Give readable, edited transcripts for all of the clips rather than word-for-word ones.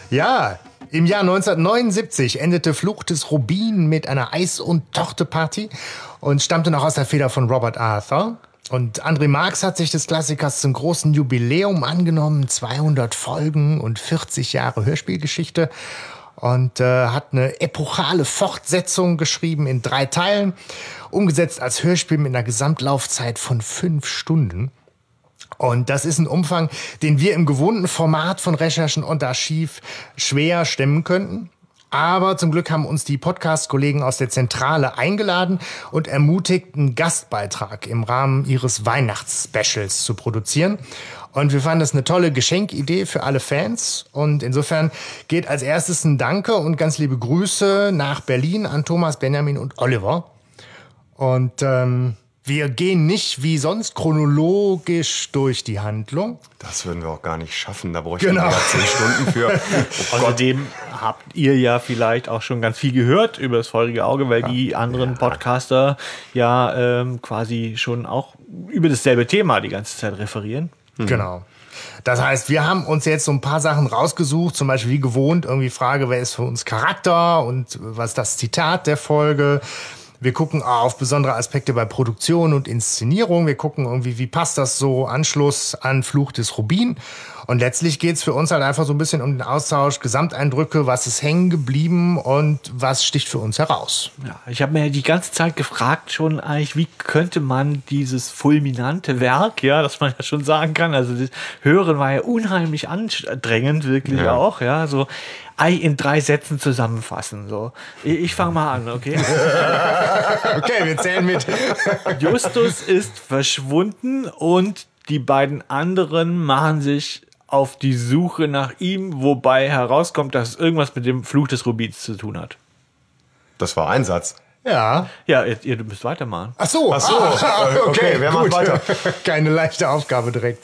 Ja, im Jahr 1979 endete Fluch des Rubin mit einer Eis- und Torte-Party und stammte noch aus der Feder von Robert Arthur. Und André Marx hat sich des Klassikers zum großen Jubiläum angenommen, 200 Folgen und 40 Jahre Hörspielgeschichte. Und hat eine epochale Fortsetzung geschrieben in 3 Teilen, umgesetzt als Hörspiel mit einer Gesamtlaufzeit von 5 Stunden. Und das ist ein Umfang, den wir im gewohnten Format von Recherchen und Archiv schwer stemmen könnten. Aber zum Glück haben uns die Podcast-Kollegen aus der Zentrale eingeladen und ermutigt, einen Gastbeitrag im Rahmen ihres Weihnachtsspecials zu produzieren. Und wir fanden das eine tolle Geschenkidee für alle Fans. Und insofern geht als erstes ein Danke und ganz liebe Grüße nach Berlin an Thomas, Benjamin und Oliver. Und wir gehen nicht wie sonst chronologisch durch die Handlung. Das würden wir auch gar nicht schaffen. Da bräuchten wir ja 10 Stunden für. Außerdem habt ihr ja vielleicht auch schon ganz viel gehört über das feurige Auge, weil die anderen Podcaster ja quasi schon auch über dasselbe Thema die ganze Zeit referieren. Genau. Das heißt, wir haben uns jetzt so ein paar Sachen rausgesucht, zum Beispiel wie gewohnt irgendwie Frage, wer ist für uns Charakter und was ist das Zitat der Folge. Wir gucken auf besondere Aspekte bei Produktion und Inszenierung. Wir gucken irgendwie, wie passt das so, Anschluss an Fluch des Rubin. Und letztlich geht's für uns halt einfach so ein bisschen um den Austausch, Gesamteindrücke, was ist hängen geblieben und was sticht für uns heraus. Ja, ich habe mir die ganze Zeit gefragt schon eigentlich, wie könnte man dieses fulminante Werk, ja, das man ja schon sagen kann, also das Hören war ja unheimlich anstrengend, wirklich auch, ja, so in 3 Sätzen zusammenfassen. So. Ich fange mal an, okay? Okay, wir zählen mit. Justus ist verschwunden und die beiden anderen machen sich auf die Suche nach ihm, wobei herauskommt, dass es irgendwas mit dem Fluch des Rubins zu tun hat. Das war ein Satz. Ja. Ja, ihr müsst weitermachen. Ach so. Okay, wer macht weiter? Keine leichte Aufgabe direkt.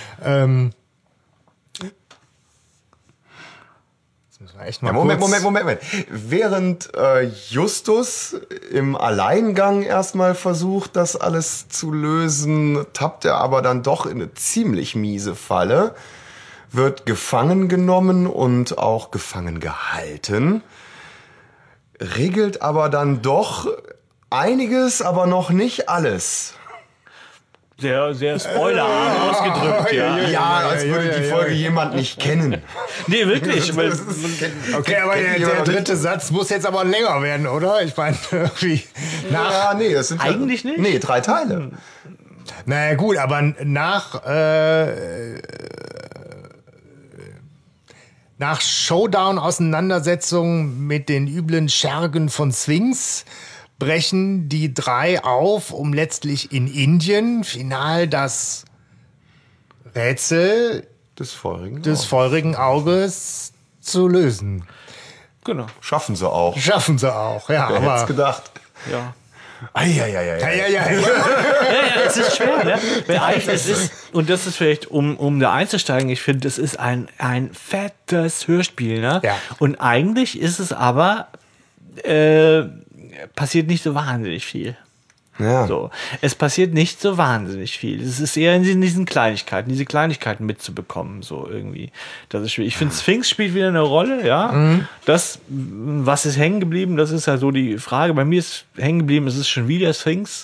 Echt mal Moment. Während Justus im Alleingang erstmal versucht, das alles zu lösen, tappt er aber dann doch in eine ziemlich miese Falle, wird gefangen genommen und auch gefangen gehalten, regelt aber dann doch einiges, aber noch nicht alles. Sehr, sehr spoilerarm ausgedrückt, ja. Ja, als würde die Folge jemand nicht kennen. Nee, wirklich. Weil, Okay, aber der dritte Satz muss jetzt aber länger werden, oder? Ich meine, irgendwie Ja, nee, das sind Eigentlich nicht? Nee, 3 Teile. Naja, gut, aber nach Showdown-Auseinandersetzung mit den üblen Schergen von Sphinx brechen die 3 auf, um letztlich in Indien final das Rätsel Des feurigen Auges zu lösen. genau. Schaffen sie auch. Schaffen sie auch, ja. Wer hätte es Aber gedacht? Ja. ja. Ja, es ist schwer, ne? Weil eigentlich es ist, und das ist vielleicht, um da einzusteigen, ich finde, das ist ein fettes Hörspiel, ne? Ja. Und eigentlich ist es aber, passiert nicht so wahnsinnig viel. Ja. So. Es passiert nicht so wahnsinnig viel. Es ist eher in diesen Kleinigkeiten, diese Kleinigkeiten mitzubekommen, so irgendwie. Das ist schwierig. Ich finde, Sphinx spielt wieder eine Rolle, ja. Das, was ist hängen geblieben, das ist ja so die Frage. Bei mir ist hängen geblieben, es ist schon wieder Sphinx.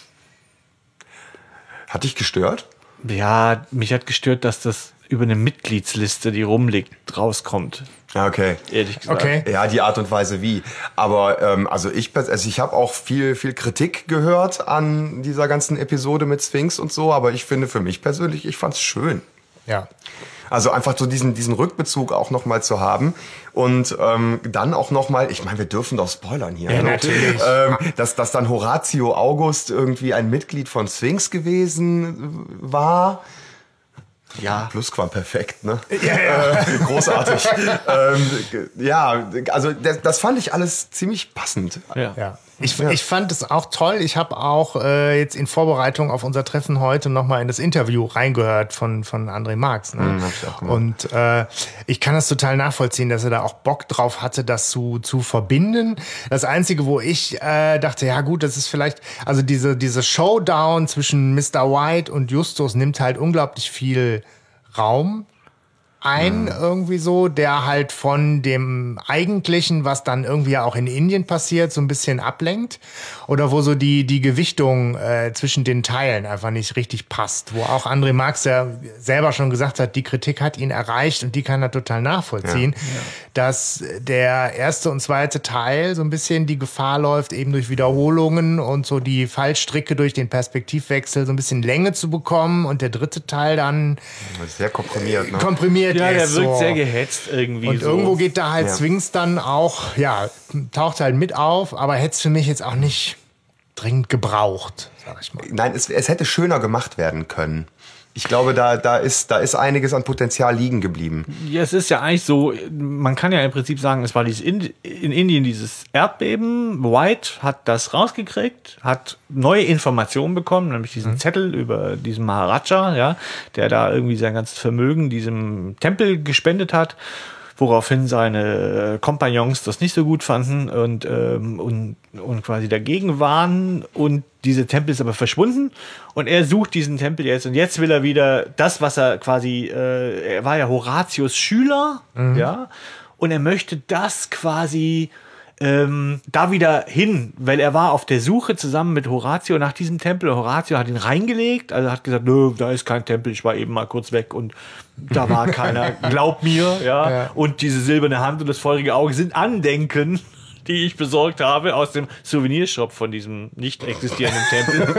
Hat dich gestört? Ja, mich hat gestört, dass das über eine Mitgliedsliste, die rumliegt, rauskommt. Ja, okay. Ehrlich gesagt. Okay. Ja, die Art und Weise wie. Aber ich habe auch viel Kritik gehört an dieser ganzen Episode mit Sphinx und so, aber ich finde für mich persönlich, ich fand's schön. Ja. Also einfach so diesen Rückbezug auch nochmal zu haben und dann auch nochmal, ich meine, wir dürfen doch spoilern hier. Ja, natürlich. Dass dann Horatio August irgendwie ein Mitglied von Sphinx gewesen war. Ja. Plusquamperfekt, ne? Ja. Großartig. Also das fand ich alles ziemlich passend. Ja. Ich fand es auch toll. Ich habe auch jetzt in Vorbereitung auf unser Treffen heute nochmal in das Interview reingehört von André Marx. Ne? Hab ich auch gemacht. Und ich kann das total nachvollziehen, dass er da auch Bock drauf hatte, das zu verbinden. Das Einzige, wo ich dachte, ja gut, das ist vielleicht, also diese Showdown zwischen Mr. White und Justus nimmt halt unglaublich viel Raum. ein, irgendwie so, der halt von dem Eigentlichen, was dann irgendwie auch in Indien passiert, so ein bisschen ablenkt. Oder wo so die Gewichtung zwischen den Teilen einfach nicht richtig passt. Wo auch André Marx ja selber schon gesagt hat, die Kritik hat ihn erreicht und die kann er total nachvollziehen, dass der erste und zweite Teil so ein bisschen die Gefahr läuft, eben durch Wiederholungen und so die Fallstricke durch den Perspektivwechsel so ein bisschen Länge zu bekommen und der dritte Teil dann sehr komprimiert, ne? Komprimiert Ja, der ist wirkt so. sehr gehetzt irgendwie. Und so. irgendwo geht da halt Swings dann auch, taucht halt mit auf, aber hätte es für mich jetzt auch nicht dringend gebraucht, sag ich mal. Nein, es hätte schöner gemacht werden können. Ich glaube, da ist einiges an Potenzial liegen geblieben. Ja, es ist ja eigentlich so, man kann ja im Prinzip sagen, es war in Indien dieses Erdbeben. White hat das rausgekriegt, hat neue Informationen bekommen, nämlich diesen Zettel über diesen Maharaja, ja, der da irgendwie sein ganzes Vermögen diesem Tempel gespendet hat, woraufhin seine Kompagnons das nicht so gut fanden und quasi dagegen waren. Und dieser Tempel ist aber verschwunden und er sucht diesen Tempel jetzt. Und jetzt will er wieder das, was er quasi, er war ja Horatius Schüler, ja, und er möchte das quasi da wieder hin, weil er war auf der Suche zusammen mit Horatio nach diesem Tempel. Horatio hat ihn reingelegt, also hat gesagt, nö, da ist kein Tempel, ich war eben mal kurz weg und da war keiner, glaub mir, ja. Und diese silberne Hand und das feurige Auge sind Andenken, die ich besorgt habe aus dem Souvenirshop von diesem nicht existierenden Tempel.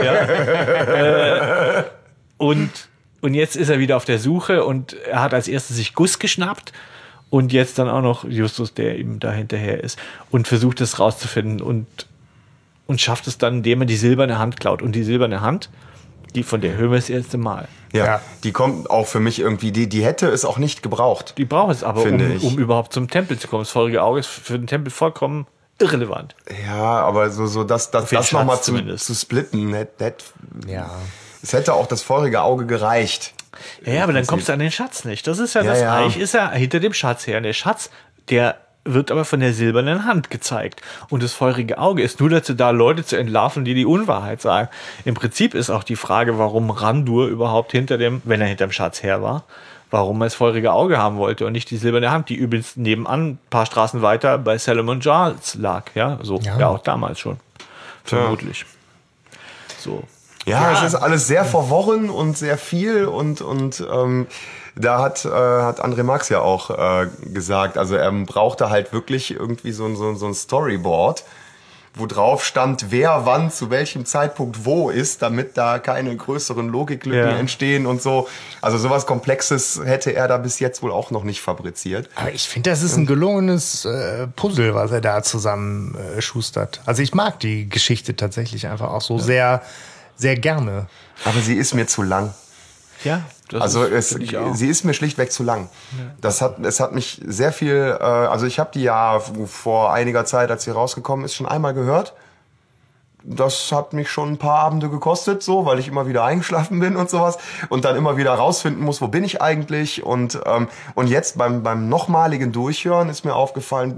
Ja. Und jetzt ist er wieder auf der Suche und er hat als erstes sich Gus geschnappt. Und jetzt dann auch noch Justus, der eben da hinterher ist und versucht es rauszufinden und schafft es dann, indem er die silberne Hand klaut. Und die silberne Hand, von der hören wir das erste Mal. Ja, die kommt auch für mich irgendwie, die hätte es auch nicht gebraucht. Die braucht es aber, finde ich. um überhaupt zum Tempel zu kommen. Das feurige Auge ist für den Tempel vollkommen irrelevant. Ja, aber so das nochmal zu splitten, es hätte auch das feurige Auge gereicht. Ja, aber dann kommst du an den Schatz nicht. Das ist ja das Reich, ist ja hinter dem Schatz her. Und der Schatz, der wird aber von der silbernen Hand gezeigt. Und das feurige Auge ist nur dazu da, Leute zu entlarven, die Unwahrheit sagen. Im Prinzip ist auch die Frage, warum Randur überhaupt wenn er hinterm Schatz her war, warum er das feurige Auge haben wollte und nicht die silberne Hand, die übrigens nebenan, ein paar Straßen weiter, bei Salomon Giles lag. Ja, so, ja auch damals schon. Vermutlich. So. Ja, es ist alles sehr verworren und sehr viel und da hat André Marx ja auch gesagt, also er brauchte halt wirklich irgendwie so ein Storyboard, wo drauf stand, wer wann zu welchem Zeitpunkt wo ist, damit da keine größeren Logiklücken entstehen und so. Also sowas Komplexes hätte er da bis jetzt wohl auch noch nicht fabriziert. Aber ich finde, das ist ein gelungenes Puzzle, was er da zusammen schustert. Also ich mag die Geschichte tatsächlich einfach auch so sehr, sehr gerne. Aber sie ist mir zu lang. Ja, sie ist mir schlichtweg zu lang. Ja. Es hat mich sehr viel, also ich habe die ja vor einiger Zeit, als sie rausgekommen ist, schon einmal gehört. Das hat mich schon ein paar Abende gekostet, so, weil ich immer wieder eingeschlafen bin und sowas und dann immer wieder rausfinden muss, wo bin ich eigentlich und jetzt beim nochmaligen Durchhören ist mir aufgefallen,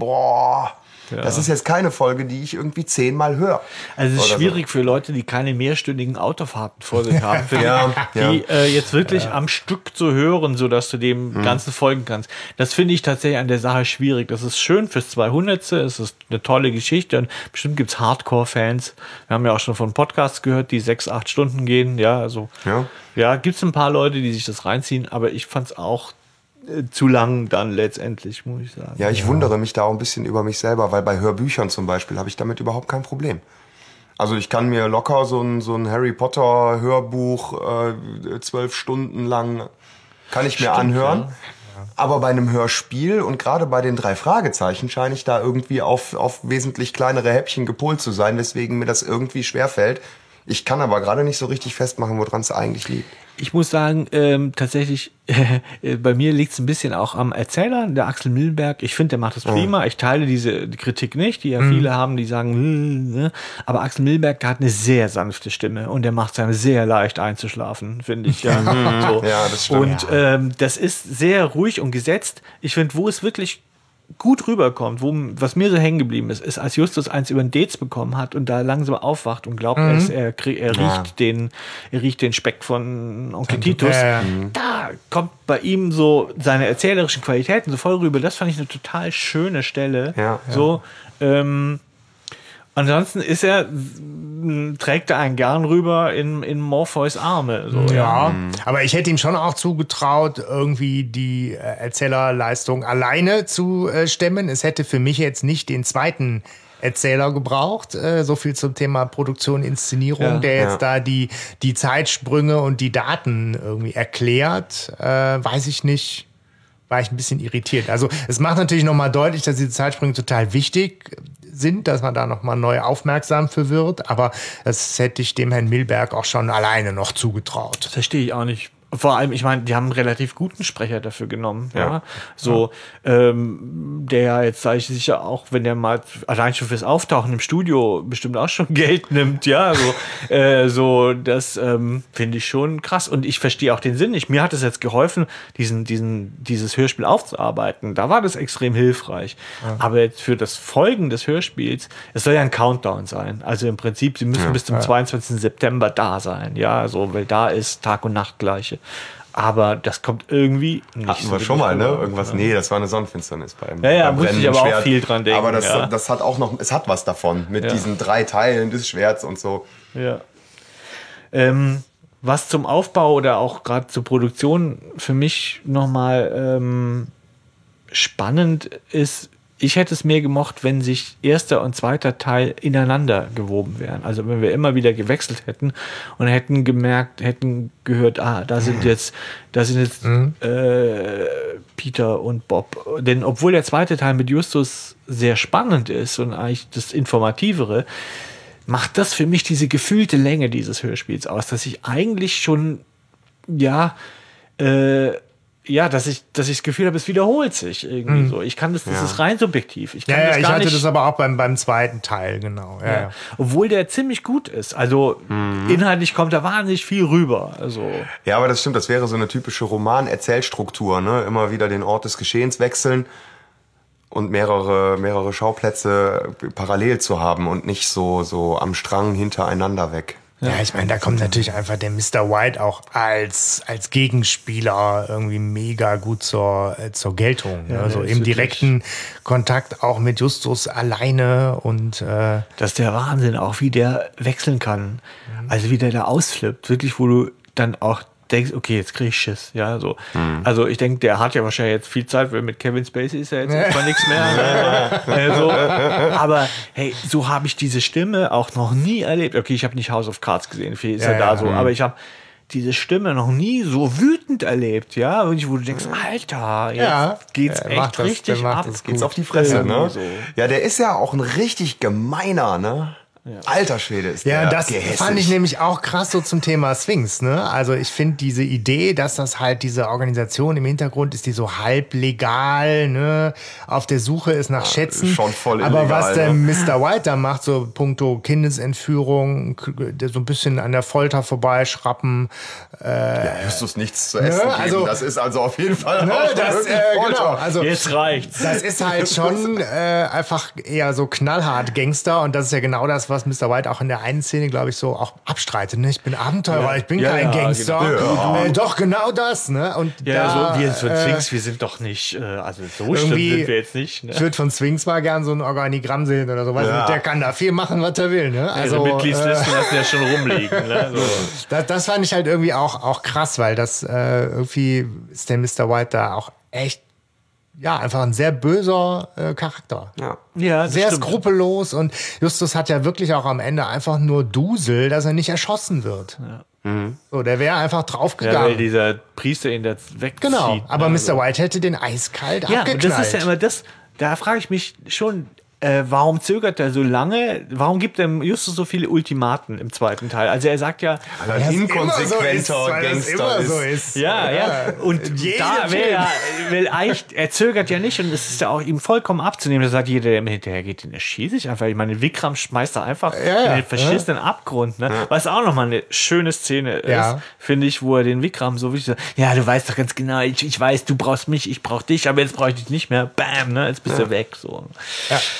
das ist jetzt keine Folge, die ich irgendwie 10-mal höre. Also es ist schwierig für Leute, die keine mehrstündigen Autofahrten vor sich haben, die jetzt wirklich am Stück zu hören, sodass du dem Ganzen folgen kannst. Das finde ich tatsächlich an der Sache schwierig. Das ist schön fürs 200. Es ist eine tolle Geschichte und bestimmt gibt's Hardcore-Fans. Wir haben ja auch schon von Podcasts gehört, die 6-8 Stunden gehen. Ja, also gibt's ein paar Leute, die sich das reinziehen, aber ich fand's auch zu lang dann letztendlich, muss ich sagen. Ja, ich wundere mich da auch ein bisschen über mich selber, weil bei Hörbüchern zum Beispiel habe ich damit überhaupt kein Problem. Also ich kann mir locker so ein Harry Potter Hörbuch 12 Stunden lang kann ich mir anhören. Ja. Aber bei einem Hörspiel und gerade bei den 3 Fragezeichen scheine ich da irgendwie auf wesentlich kleinere Häppchen gepolt zu sein, weswegen mir das irgendwie schwerfällt. Ich kann aber gerade nicht so richtig festmachen, woran es eigentlich liegt. Ich muss sagen, tatsächlich, bei mir liegt es ein bisschen auch am Erzähler, der Axel Milberg. Ich finde, der macht das prima. Ich teile diese Kritik nicht, die ja viele haben, die sagen, aber Axel Milberg hat eine sehr sanfte Stimme und der macht es einem sehr leicht einzuschlafen, finde ich. Ja, so. Ja, das stimmt. Und das ist sehr ruhig und gesetzt. Ich finde, wo es wirklich gut rüberkommt, was mir so hängen geblieben ist, als Justus eins über den Dez bekommen hat und da langsam aufwacht und glaubt, er riecht den Speck von Onkel Titus. Da kommt bei ihm so seine erzählerischen Qualitäten so voll rüber. Das fand ich eine total schöne Stelle. Ja. So, ansonsten trägt er einen gern rüber in Morpheus Arme. So, Ja, aber ich hätte ihm schon auch zugetraut, irgendwie die Erzählerleistung alleine zu stemmen. Es hätte für mich jetzt nicht den zweiten Erzähler gebraucht. So viel zum Thema Produktion, Inszenierung, der jetzt da die Zeitsprünge und die Daten irgendwie erklärt. Weiß ich nicht. War ich ein bisschen irritiert. Also es macht natürlich nochmal deutlich, dass diese Zeitsprünge total wichtig sind, dass man da nochmal neu aufmerksam für wird. Aber das hätte ich dem Herrn Milberg auch schon alleine noch zugetraut. Das verstehe ich auch nicht. Vor allem, ich meine, die haben einen relativ guten Sprecher dafür genommen. Ja. So, der jetzt, sage ich sicher, auch wenn der mal allein schon fürs Auftauchen im Studio bestimmt auch schon Geld nimmt, ja, so das finde ich schon krass. Und ich verstehe auch den Sinn nicht. Mir hat es jetzt geholfen, dieses Hörspiel aufzuarbeiten. Da war das extrem hilfreich. Ja. Aber jetzt für das Folgen des Hörspiels, es soll ja ein Countdown sein. Also im Prinzip, sie müssen bis zum 22. September da sein, ja, so, weil da ist Tag und Nacht gleiche. Aber das kommt irgendwie nicht. Hatten wir schon mal, ne? Irgendwas, nee, das war eine Sonnenfinsternis beim musste ich aber auch viel dran denken. Aber das hat auch noch, es hat was davon, mit diesen 3 Teilen des Schwerts und so. Ja. Was zum Aufbau oder auch gerade zur Produktion für mich nochmal spannend ist, ich hätte es mehr gemocht, wenn sich erster und zweiter Teil ineinander gewoben wären. Also wenn wir immer wieder gewechselt hätten und hätten gehört, da sind jetzt Peter und Bob. Denn obwohl der zweite Teil mit Justus sehr spannend ist und eigentlich das Informativere, macht das für mich diese gefühlte Länge dieses Hörspiels aus, dass ich eigentlich schon, dass ich das Gefühl habe, es wiederholt sich irgendwie so. Ich kann das ist rein subjektiv. Ich hatte das aber auch beim zweiten Teil, genau. Ja. Obwohl der ziemlich gut ist. Also inhaltlich kommt da wahnsinnig viel rüber. Also. Ja, aber das stimmt, das wäre so eine typische Roman-Erzählstruktur, ne? Immer wieder den Ort des Geschehens wechseln und mehrere Schauplätze parallel zu haben und nicht so am Strang hintereinander weg. Ja, ich meine, da kommt natürlich einfach der Mr. White auch als Gegenspieler irgendwie mega gut zur Geltung. Ja, ne? So im direkten Kontakt auch mit Justus alleine und das ist der Wahnsinn, auch wie der wechseln kann. Also wie der da ausflippt, wirklich, wo du dann auch denkst, okay, jetzt krieg ich Schiss, ja, so. Also ich denke, der hat ja wahrscheinlich jetzt viel Zeit, weil mit Kevin Spacey ist ja jetzt erstmal nichts mehr. So. Aber hey, so habe ich diese Stimme auch noch nie erlebt. Okay, ich habe nicht House of Cards gesehen, viel ist ja da so, aber ich habe diese Stimme noch nie so wütend erlebt, ja, wo du denkst, Alter, jetzt geht's echt richtig ab. Jetzt geht's auf die Fresse, ne? So. Ja, der ist ja auch ein richtig gemeiner, ne? Ja. Alter Schwede ist der. Ja, das fand ich nämlich auch krass so zum Thema Sphinx, ne? Also ich finde diese Idee, dass das halt diese Organisation im Hintergrund ist, die so halb legal, ne, auf der Suche ist nach Schätzen. Schon voll illegal, aber was der ne? Mr. White da macht, so puncto Kindesentführung, so ein bisschen an der Folter vorbeischrappen. Justus nichts zu essen geben. Also, das ist also auf jeden Fall genau, also jetzt reicht's. Das ist halt schon einfach eher so knallhart Gangster und das ist ja genau das, was Mr. White auch in der einen Szene, glaube ich, so auch abstreitet. Ne? Ich bin Abenteurer, ich bin kein Gangster. Genau. Doch, genau das. Ne? Und ja, so wir von Sphinx, wir sind doch nicht, also so schlimm sind wir jetzt nicht. Ne? Ich würde von Sphinx mal gern so ein Organigramm sehen oder so. Der kann da viel machen, was er will. Ne? Also Mitgliedslisten lassen ja schon rumliegen. Ne? So. Das fand ich halt irgendwie auch krass, weil das irgendwie ist der Mr. White da auch echt einfach ein sehr böser Charakter. Ja, sehr stimmt. skrupellos und Justus hat ja wirklich auch am Ende einfach nur Dusel, dass er nicht erschossen wird. Ja. So, der wäre einfach draufgegangen. Ja, weil dieser Priester ihn da wegzieht. Genau, aber Mr. White hätte den eiskalt abgeknallt. Ja, das ist ja immer das, da frage ich mich schon, warum zögert er so lange? Warum gibt er Justus so viele Ultimaten im zweiten Teil? Also er sagt ja, weil er inkonsequenter Gangster ist. So ist. Ja. Und da wäre weil eigentlich, er zögert ja nicht und es ist ja auch ihm vollkommen abzunehmen. Er sagt, jeder, der mir hinterher geht, den erschieße ich einfach. Ich meine, Vikram schmeißt er einfach in den verschissenen Abgrund. Ne? Was auch nochmal eine schöne Szene ist, finde ich, wo er den Vikram so wichtig sagt, ja, du weißt doch ganz genau, ich weiß, du brauchst mich, ich brauch dich, aber jetzt brauche ich dich nicht mehr. Bam, ne? Jetzt bist du weg. So.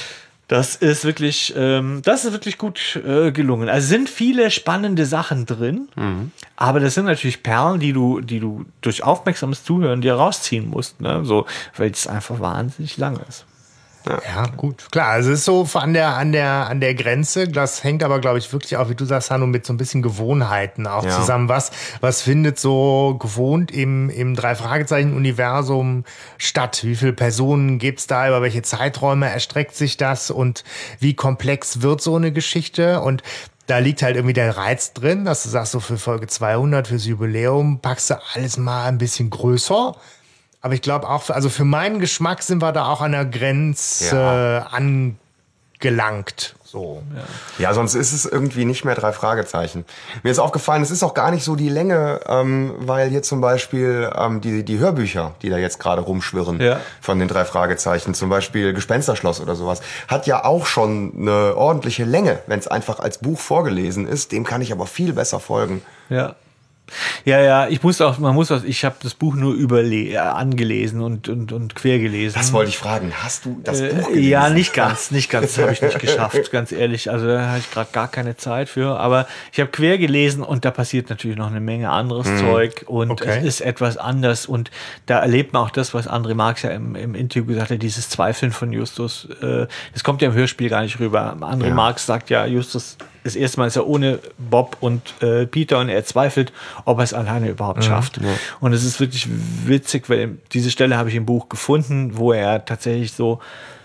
Das ist wirklich gut gelungen. Also sind viele spannende Sachen drin, aber das sind natürlich Perlen, die du durch aufmerksames Zuhören dir rausziehen musst, ne? So, weil es einfach wahnsinnig lang ist. Ja, gut. Klar, also es ist so an der Grenze. Das hängt aber, glaube ich, wirklich auch, wie du sagst, Hanno, mit so ein bisschen Gewohnheiten auch zusammen. Was findet so gewohnt im Drei-Fragezeichen-Universum statt? Wie viele Personen gibt's da? Über welche Zeiträume erstreckt sich das? Und wie komplex wird so eine Geschichte? Und da liegt halt irgendwie der Reiz drin, dass du sagst, so für Folge 200, fürs Jubiläum, packst du alles mal ein bisschen größer. Aber ich glaube auch, also für meinen Geschmack sind wir da auch an der Grenze angelangt. So. Ja, sonst ist es irgendwie nicht mehr drei Fragezeichen. Mir ist aufgefallen, es ist auch gar nicht so die Länge, weil hier zum Beispiel die Hörbücher, die da jetzt gerade rumschwirren von den drei Fragezeichen, zum Beispiel Gespensterschloss oder sowas, hat ja auch schon eine ordentliche Länge, wenn es einfach als Buch vorgelesen ist. Dem kann ich aber viel besser folgen. Ja. Ja, ich habe das Buch nur angelesen und quer gelesen. Das wollte ich fragen. Hast du das Buch gelesen? Ja, nicht ganz, habe ich nicht geschafft, ganz ehrlich. Also da habe ich gerade gar keine Zeit für. Aber ich habe quer gelesen und da passiert natürlich noch eine Menge anderes Zeug und es ist etwas anders und da erlebt man auch das, was André Marx ja im Interview gesagt hat, dieses Zweifeln von Justus. Das kommt ja im Hörspiel gar nicht rüber. André Marx sagt ja, Justus, das erste Mal ist er ohne Bob und Peter und er zweifelt, ob er es alleine überhaupt schafft. Ja. Und es ist wirklich witzig, weil diese Stelle habe ich im Buch gefunden, wo er tatsächlich so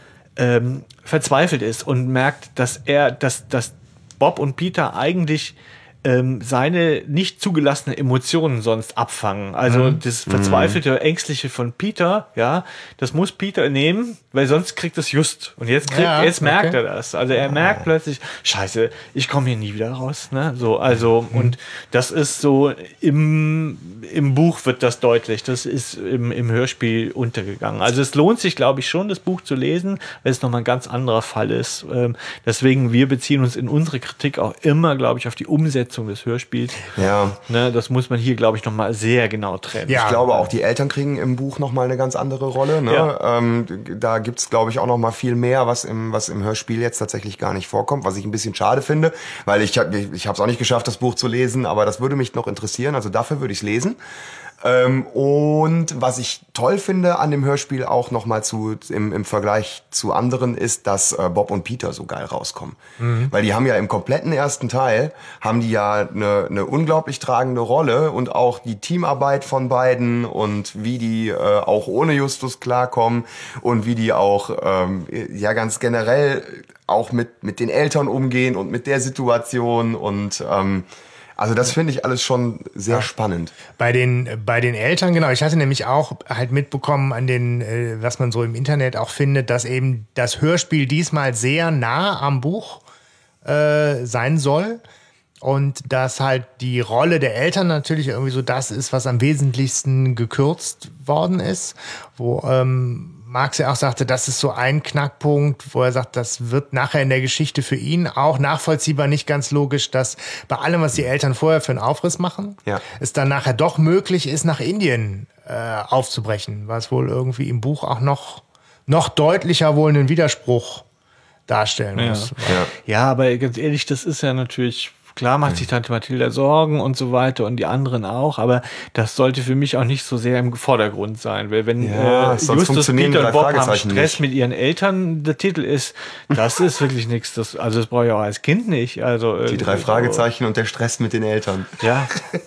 verzweifelt ist und merkt, dass Bob und Peter eigentlich seine nicht zugelassenen Emotionen sonst abfangen. Also das verzweifelte, ängstliche von Peter, ja, das muss Peter nehmen, weil sonst kriegt es Just. Und jetzt merkt er das. Also er merkt plötzlich, Scheiße, ich komme hier nie wieder raus. Ne? So, also, und das ist so, im Buch wird das deutlich. Das ist im Hörspiel untergegangen. Also es lohnt sich, glaube ich, schon, das Buch zu lesen, weil es nochmal ein ganz anderer Fall ist. Deswegen, wir beziehen uns in unserer Kritik auch immer, glaube ich, auf die Umsetzung des Hörspiels. Ja. Ne, das muss man hier, glaube ich, nochmal sehr genau trennen. Ja. Ich glaube, auch die Eltern kriegen im Buch nochmal eine ganz andere Rolle. Ne? Ja. Da gibt's, glaube ich, auch nochmal viel mehr, was im Hörspiel jetzt tatsächlich gar nicht vorkommt, was ich ein bisschen schade finde, weil ich habe es auch nicht geschafft, das Buch zu lesen, aber das würde mich noch interessieren, also dafür würde ich es lesen. Und was ich toll finde an dem Hörspiel auch nochmal im Vergleich zu anderen ist, dass Bob und Peter so geil rauskommen. Weil die haben ja im kompletten ersten Teil, haben die ja eine unglaublich tragende Rolle und auch die Teamarbeit von beiden und wie die auch ohne Justus klarkommen und wie die auch ganz generell auch mit den Eltern umgehen und mit der Situation und also das finde ich alles schon sehr spannend. Bei den Eltern, genau. Ich hatte nämlich auch halt mitbekommen an was man so im Internet auch findet, dass eben das Hörspiel diesmal sehr nah am Buch sein soll. Und dass halt die Rolle der Eltern natürlich irgendwie so das ist, was am wesentlichsten gekürzt worden ist. Wo Marx ja auch sagte, das ist so ein Knackpunkt, wo er sagt, das wird nachher in der Geschichte für ihn auch nachvollziehbar nicht ganz logisch, dass bei allem, was die Eltern vorher für einen Aufriss machen, es dann nachher doch möglich ist, nach Indien aufzubrechen, was wohl irgendwie im Buch auch noch deutlicher wohl einen Widerspruch darstellen muss. Ja, aber ganz ehrlich, das ist ja natürlich... Klar macht sich Tante Mathilda Sorgen und so weiter und die anderen auch, aber das sollte für mich auch nicht so sehr im Vordergrund sein, weil wenn Justus, Peter und Bob haben Stress mit ihren Eltern, der Titel ist, das ist wirklich nichts, das brauche ich auch als Kind nicht. Also die drei Fragezeichen und der Stress mit den Eltern. Ja.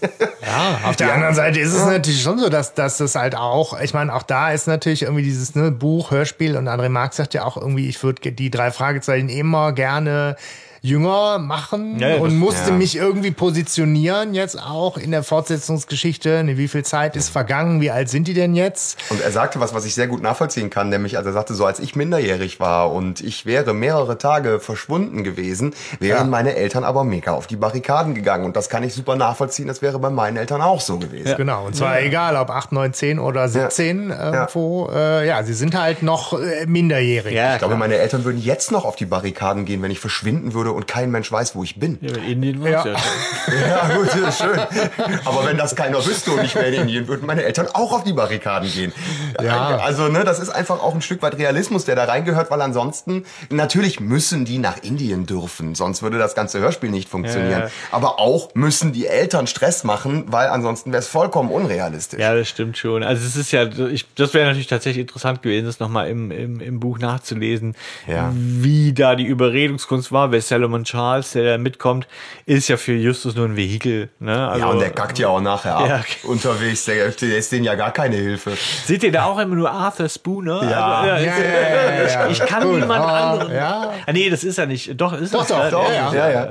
Auf der anderen Seite ist es natürlich schon so, dass das halt auch, ich meine, auch da ist natürlich irgendwie dieses Buch, Hörspiel und André Marx sagt ja auch irgendwie, ich würde die drei Fragezeichen immer gerne jünger machen und musste mich irgendwie positionieren, jetzt auch in der Fortsetzungsgeschichte. Wie viel Zeit ist vergangen? Wie alt sind die denn jetzt? Und er sagte was ich sehr gut nachvollziehen kann, nämlich, also er sagte so, als ich minderjährig war und ich wäre mehrere Tage verschwunden gewesen, wären meine Eltern aber mega auf die Barrikaden gegangen. Und das kann ich super nachvollziehen, das wäre bei meinen Eltern auch so gewesen. Ja. Genau, und zwar egal, ob 8, 9, 10 oder 17 irgendwo. Sie sind halt noch minderjährig. Ja, ich glaube, meine Eltern würden jetzt noch auf die Barrikaden gehen, wenn ich verschwinden würde und kein Mensch weiß, wo ich bin. Ja, in Indien war es ja schon. Ja, gut, ja, schön. Aber wenn das keiner wüsste und ich wäre in Indien, würden meine Eltern auch auf die Barrikaden gehen. Ja. Also, ne, das ist einfach auch ein Stück weit Realismus, der da reingehört, weil ansonsten, natürlich müssen die nach Indien dürfen, sonst würde das ganze Hörspiel nicht funktionieren. Ja. Aber auch müssen die Eltern Stress machen, weil ansonsten wäre es vollkommen unrealistisch. Ja, das stimmt schon. Also es ist ja, das wäre natürlich tatsächlich interessant gewesen, das nochmal im Buch nachzulesen, Ja. wie da die Überredungskunst war. Weil Solomon Charles, der da mitkommt, ist ja für Justus nur ein Vehikel. Ne? Also, Ja, und der gackt ja auch nachher ab Ja, okay. unterwegs. Der ist denen ja gar keine Hilfe. seht ihr da auch immer nur Arthur Spooner? Ja. Also, Ja. ich kann Cool. niemand Ah, anderen. ja. Ah, nee, das ist er nicht. Doch, ist Doch, er. doch, ja.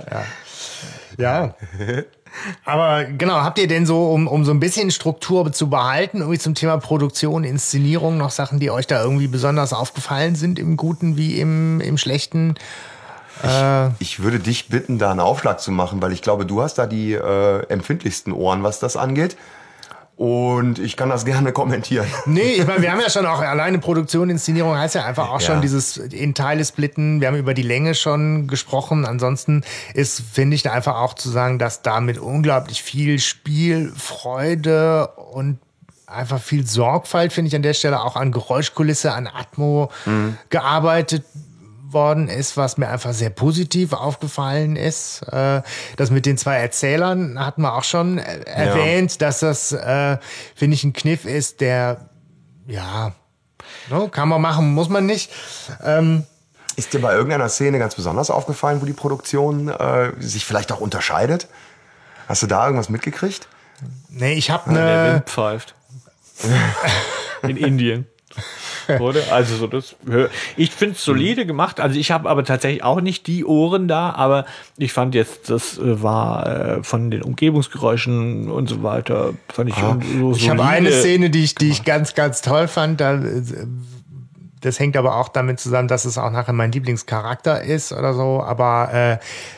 Ja. Aber genau, habt ihr denn so, um so ein bisschen Struktur zu behalten, irgendwie zum Thema Produktion, Inszenierung, noch Sachen, die euch da irgendwie besonders aufgefallen sind, im Guten wie im Schlechten? Ich würde dich bitten, da einen Aufschlag zu machen, weil ich glaube, du hast da die empfindlichsten Ohren, was das angeht. Und ich kann das gerne kommentieren. Nee, ich meine, wir haben ja schon auch alleine Produktion, Inszenierung heißt ja einfach auch Ja. schon dieses in Teile splitten. Wir haben über die Länge schon gesprochen. Ansonsten ist, finde ich, da einfach auch zu sagen, dass damit unglaublich viel Spielfreude und einfach viel Sorgfalt, finde ich an der Stelle, auch an Geräuschkulisse, an Atmo gearbeitet worden ist, was mir einfach sehr positiv aufgefallen ist. Das mit den zwei Erzählern hatten wir auch schon erwähnt, dass das, finde ich, ein Kniff ist, der, ja, ne, kann man machen, muss man nicht. Ist dir bei irgendeiner Szene ganz besonders aufgefallen, wo die Produktion sich vielleicht auch unterscheidet? Hast du da irgendwas mitgekriegt? Nee, ich habe Der eine... Wind pfeift. In Indien. Oder? Also so das. Ich finde es solide gemacht. Also ich habe aber tatsächlich auch nicht die Ohren da, aber ich fand jetzt, das war von den Umgebungsgeräuschen und so weiter, fand ich so Ich habe solide. eine Szene, die ich ganz, ganz toll fand. Das hängt aber auch damit zusammen, dass es auch nachher mein Lieblingscharakter ist oder so. Aber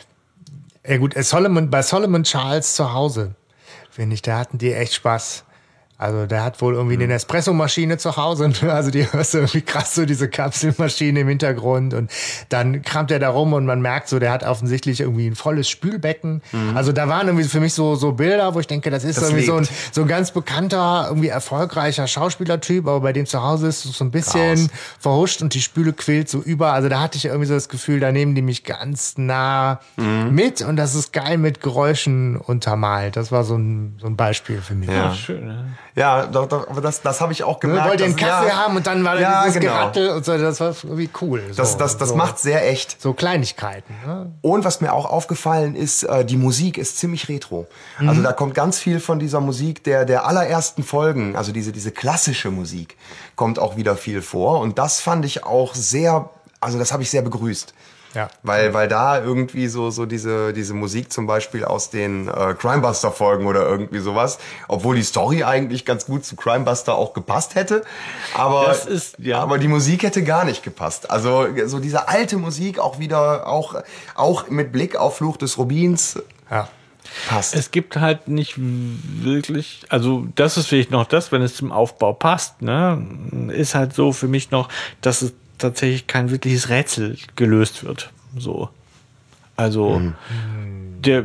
ja gut, bei Solomon Charles zu Hause, finde ich, da hatten die echt Spaß. Also der hat wohl irgendwie eine Espressomaschine zu Hause. Also die hörst du irgendwie krass, so diese Kapselmaschine im Hintergrund. Und dann kramt er da rum und man merkt so, der hat offensichtlich irgendwie ein volles Spülbecken. Also da waren irgendwie für mich so Bilder, wo ich denke, das ist Das irgendwie lebt. so ein ganz bekannter, irgendwie erfolgreicher Schauspielertyp. Aber bei dem zu Hause ist es so ein bisschen Chaos. verhuscht und die Spüle quillt so über. Also da hatte ich irgendwie so das Gefühl, da nehmen die mich ganz nah mit. Und das ist geil mit Geräuschen untermalt. Das war so ein Beispiel für mich. Ja. Schön, ne? Ja, doch, aber das habe ich auch gemerkt. Wollte den dass- Kaffee ja, haben und dann war da Ja, dieses genau. Gerattel und so, das war irgendwie cool. Das so, macht sehr echt. so Kleinigkeiten. Ne? Und was mir auch aufgefallen ist, die Musik ist ziemlich retro. Also da kommt ganz viel von dieser Musik der allerersten Folgen, also diese klassische Musik, kommt auch wieder viel vor. Und das fand ich auch sehr, also das habe ich sehr begrüßt. Ja. Weil da irgendwie so diese Musik zum Beispiel aus den Crimebuster-Folgen oder irgendwie sowas, obwohl die Story eigentlich ganz gut zu Crimebuster auch gepasst hätte, aber, Das ist, ja. aber die Musik hätte gar nicht gepasst. Also so diese alte Musik auch wieder, auch mit Blick auf Fluch des Rubins Ja. passt. Es gibt halt nicht wirklich, also das ist vielleicht noch das, wenn es zum Aufbau passt, ne, ist halt so für mich noch, dass es tatsächlich kein wirkliches Rätsel gelöst wird. So. Also der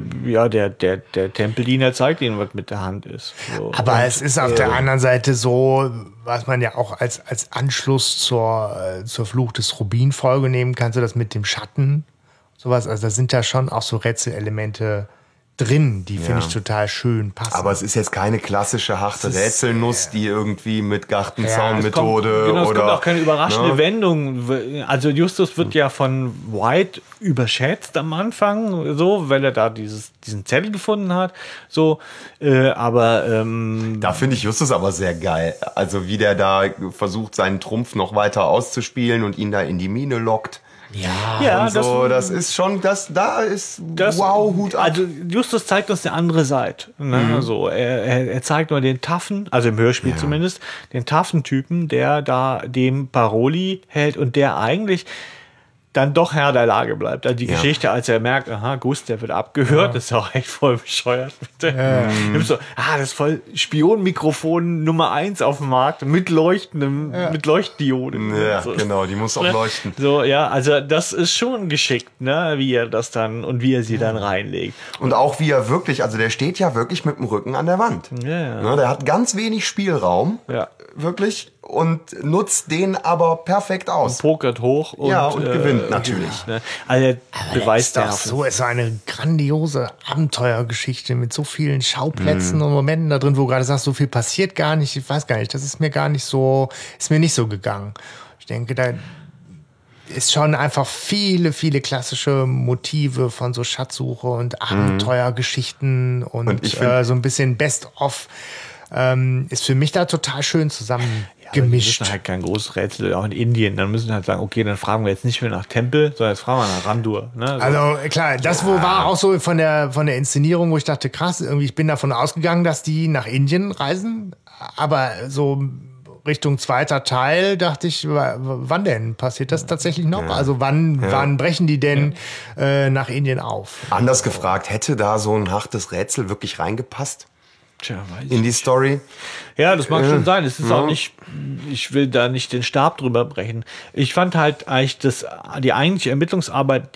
Tempeldiener zeigt ihnen, was mit der Hand ist. So. Aber es ist auf der anderen Seite so, was man ja auch als Anschluss zur Fluch des Rubin-Folge nehmen kannst, du das mit dem Schatten, sowas. Also da sind ja schon auch so Rätselelemente drin, die finde ich total schön passen. Aber es ist jetzt keine klassische harte Rätselnuss, die irgendwie mit Es Gartenzaunmethode kommt oder auch keine überraschende ne? Wendung. Also Justus wird ja von White überschätzt am Anfang, so, weil er da diesen Zettel gefunden hat. So, aber Da finde ich Justus aber sehr geil. Also wie der da versucht, seinen Trumpf noch weiter auszuspielen und ihn da in die Mine lockt. ja, Und so, das ist schon, wow, Hut ab. Also Justus zeigt uns eine andere Seite. Ne? So, er zeigt nur den taffen, also im Hörspiel zumindest, den taffen Typen, der da dem Paroli hält und der eigentlich dann doch Herr der Lage bleibt. Also die Ja. Geschichte, als er merkt, aha, Gus, der wird abgehört, das ist auch echt voll bescheuert. So, das ist voll Spionmikrofon Nummer 1 auf dem Markt mit mit Leuchtdioden. Ja, So. genau, die muss auch leuchten. So, ja, also das ist schon geschickt, ne, wie er das dann und wie er sie dann reinlegt. Und auch wie er wirklich, also der steht ja wirklich mit dem Rücken an der Wand. Ja. Ne, der hat ganz wenig Spielraum, Ja. wirklich, und nutzt den aber perfekt aus. Pokert hoch und, Und gewinnt natürlich. Ne? Also er beweist doch ja so, es war eine grandiose Abenteuergeschichte mit so vielen Schauplätzen und Momenten da drin, wo du gerade sagst, so viel passiert gar nicht. Ich weiß gar nicht, das ist mir nicht so gegangen. Ich denke, da ist schon einfach viele, viele klassische Motive von so Schatzsuche und Abenteuergeschichten und ich find- so ein bisschen Best-of ist für mich da total schön Aber die zusammengemischt. müssen halt kein großes Rätsel, auch in Indien. Dann müssen wir halt sagen, okay, dann fragen wir jetzt nicht mehr nach Tempel, sondern jetzt fragen wir nach Randur. Ne? So. Also klar, das war auch so von der Inszenierung, wo ich dachte, krass, irgendwie, ich bin davon ausgegangen, dass die nach Indien reisen, aber so Richtung zweiter Teil dachte ich, wann denn? Passiert das tatsächlich noch? Also wann brechen die denn nach Indien auf? Anders gefragt, hätte da so ein hartes Rätsel wirklich reingepasst Tja, weiß ich in die Story? Ja, das mag schon sein. Es ist auch nicht, ich will da nicht den Stab drüber brechen. Ich fand halt eigentlich, die eigentliche Ermittlungsarbeit,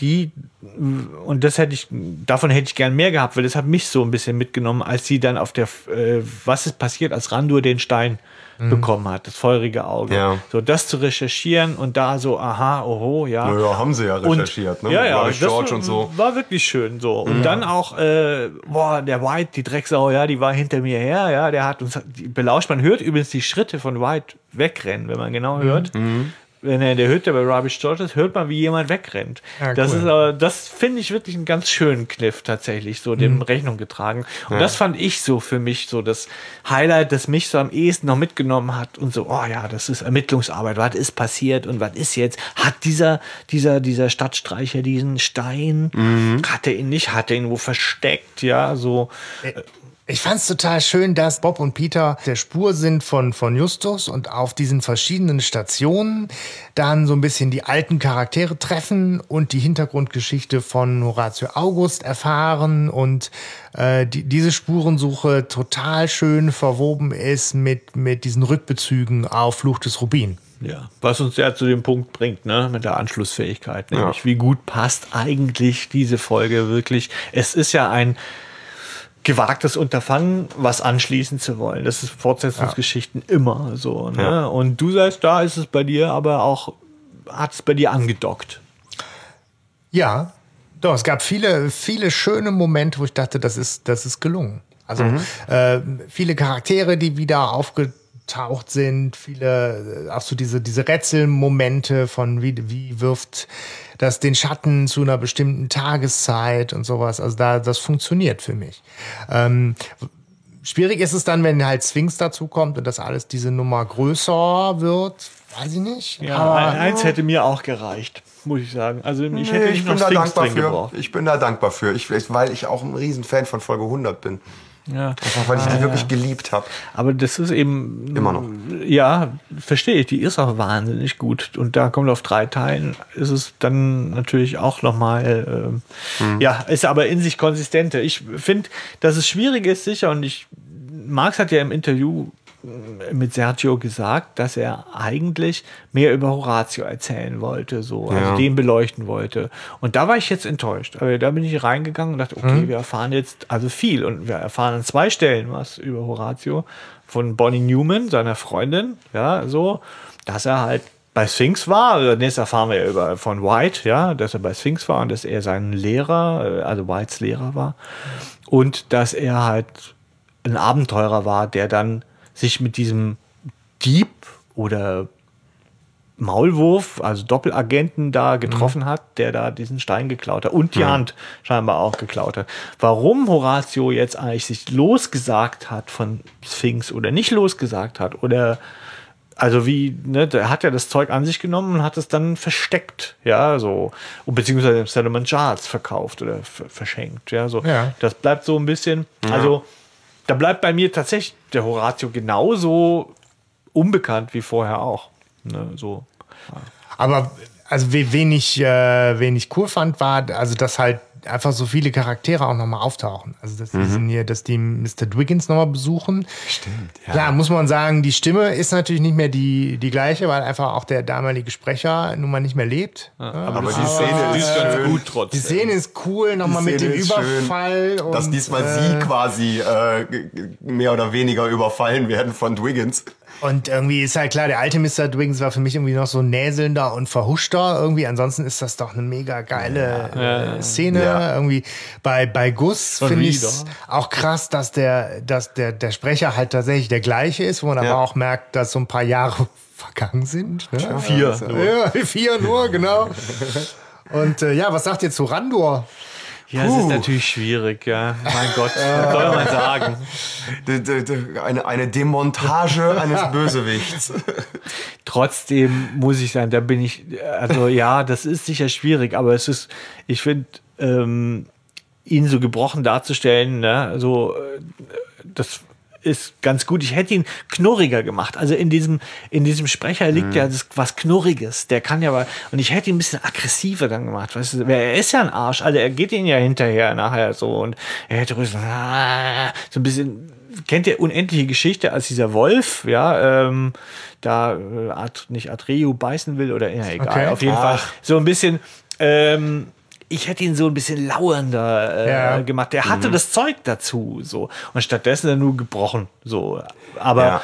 und davon hätte ich gern mehr gehabt, weil das hat mich so ein bisschen mitgenommen, als sie dann was ist passiert, als Randur den Stein bekommen hat, das feurige Auge. Ja. So, das zu recherchieren und da so, aha, oho, ja. Naja, haben sie ja recherchiert, ne? Ja, Boris das George und so. war wirklich schön so. Und dann auch, der White, die Drecksau, ja, die war hinter mir her, ja, der hat uns belauscht. Man hört übrigens die Schritte von White wegrennen, wenn man genau hört. Wenn er in der Hütte bei Rubbish George ist, hört man, wie jemand wegrennt. Ja, das cool. ist aber, das finde ich wirklich einen ganz schönen Kniff tatsächlich, so dem Rechnung getragen. Und das fand ich so für mich so das Highlight, das mich so am ehesten noch mitgenommen hat und so, oh ja, das ist Ermittlungsarbeit, was ist passiert und was ist jetzt? Hat dieser Stadtstreicher diesen Stein, hat er ihn nicht, hat er ihn wo versteckt, ja, so. Ich fand es total schön, dass Bob und Peter der Spur sind von Justus und auf diesen verschiedenen Stationen dann so ein bisschen die alten Charaktere treffen und die Hintergrundgeschichte von Horatio August erfahren und diese Spurensuche total schön verwoben ist mit diesen Rückbezügen auf Fluch des Rubin. Ja, was uns ja zu dem Punkt bringt, ne, mit der Anschlussfähigkeit, nämlich wie gut passt eigentlich diese Folge wirklich. Es ist ja ein gewagtes Unterfangen, was anschließen zu wollen. Das ist Fortsetzungsgeschichten immer so. Ne? Ja. Und du sagst, da ist es bei dir aber auch, hat es bei dir angedockt. Ja, doch, es gab viele, viele schöne Momente, wo ich dachte, das ist gelungen. Also viele Charaktere, die wieder aufgetaucht sind, viele, auch so diese Rätselmomente von wie wirft das den Schatten zu einer bestimmten Tageszeit und sowas. Also das funktioniert für mich. Schwierig ist es dann, wenn halt Sphinx dazu kommt und das alles diese Nummer größer wird. Weiß ich nicht. Ja, aber eins hätte mir auch gereicht, muss ich sagen. Also ich hätte nicht Ich bin noch da Sphinx dankbar drin für. gebraucht. Ich bin da dankbar für. Weil ich auch ein Riesenfan von Folge 100 bin. Ja. Einfach weil ich die wirklich geliebt habe. Aber das ist eben... Immer noch. Ja, verstehe ich. Die ist auch wahnsinnig gut. Und da kommt auf 3 Teilen, ist es dann natürlich auch nochmal... Ja, ist aber in sich konsistenter. Ich finde, dass es schwierig ist, sicher. Und Marx hat ja im Interview mit Sergio gesagt, dass er eigentlich mehr über Horatio erzählen wollte, so, also den beleuchten wollte. Und da war ich jetzt enttäuscht. Aber da bin ich reingegangen und dachte, okay, wir erfahren jetzt also viel und wir erfahren an 2 Stellen was über Horatio von Bonnie Newman, seiner Freundin, ja, so, dass er halt bei Sphinx war. Jetzt erfahren wir ja von White, ja, dass er bei Sphinx war und dass er sein Lehrer, also Whites Lehrer war und dass er halt ein Abenteurer war, der dann sich mit diesem Dieb oder Maulwurf, also Doppelagenten da getroffen hat, der da diesen Stein geklaut hat und die Hand scheinbar auch geklaut hat. Warum Horatio jetzt eigentlich sich losgesagt hat von Sphinx oder nicht losgesagt hat oder also wie, ne, der hat ja das Zeug an sich genommen und hat es dann versteckt, ja, so, beziehungsweise im Settlement Charles verkauft oder verschenkt, ja, so. Ja. Das bleibt so ein bisschen, also da bleibt bei mir tatsächlich der Horatio genauso unbekannt wie vorher auch. Ne, so. Aber also wen ich cool fand, war, also dass halt einfach so viele Charaktere auch nochmal auftauchen. Also dass die Mr. Dwiggins nochmal besuchen. Stimmt, ja. Klar, muss man sagen, die Stimme ist natürlich nicht mehr die gleiche, weil einfach auch der damalige Sprecher nun mal nicht mehr lebt. Aber die Szene ist schön. Gut trotzdem. Die Szene ist cool, nochmal mit dem Überfall. Schön, dass und, diesmal sie quasi mehr oder weniger überfallen werden von Dwiggins. Und irgendwie ist halt klar, der alte Mr. Dwiggins war für mich irgendwie noch so näselnder und verhuschter irgendwie. Ansonsten ist das doch eine mega geile Szene. Ja. Irgendwie bei Gus finde ich es auch krass, dass der Sprecher halt tatsächlich der gleiche ist, wo man aber auch merkt, dass so ein paar Jahre vergangen sind. Ne? 4. Ja, 4 nur, genau. Und was sagt ihr zu Randor? Ja, es ist natürlich schwierig, ja. Mein Gott, was soll man sagen? Eine Demontage eines Bösewichts. Trotzdem muss ich sagen, da bin ich, also ja, das ist sicher schwierig, aber ich finde, ihn so gebrochen darzustellen, ne, so, das ist ganz gut. Ich hätte ihn knurriger gemacht. Also in diesem Sprecher liegt ja was Knurriges. Der kann ja aber, und ich hätte ihn ein bisschen aggressiver dann gemacht. Weißt du, er ist ja ein Arsch. Also er geht ihn ja hinterher nachher so und er hätte ruhig so ein bisschen, kennt ihr Unendliche Geschichte, als dieser Wolf, ja, nicht Atreyu beißen will oder, ja, egal. Okay. Auf jeden Fall so ein bisschen, ich hätte ihn so ein bisschen lauernder gemacht. Der hatte das Zeug dazu, so. Und stattdessen er nur gebrochen, so. Aber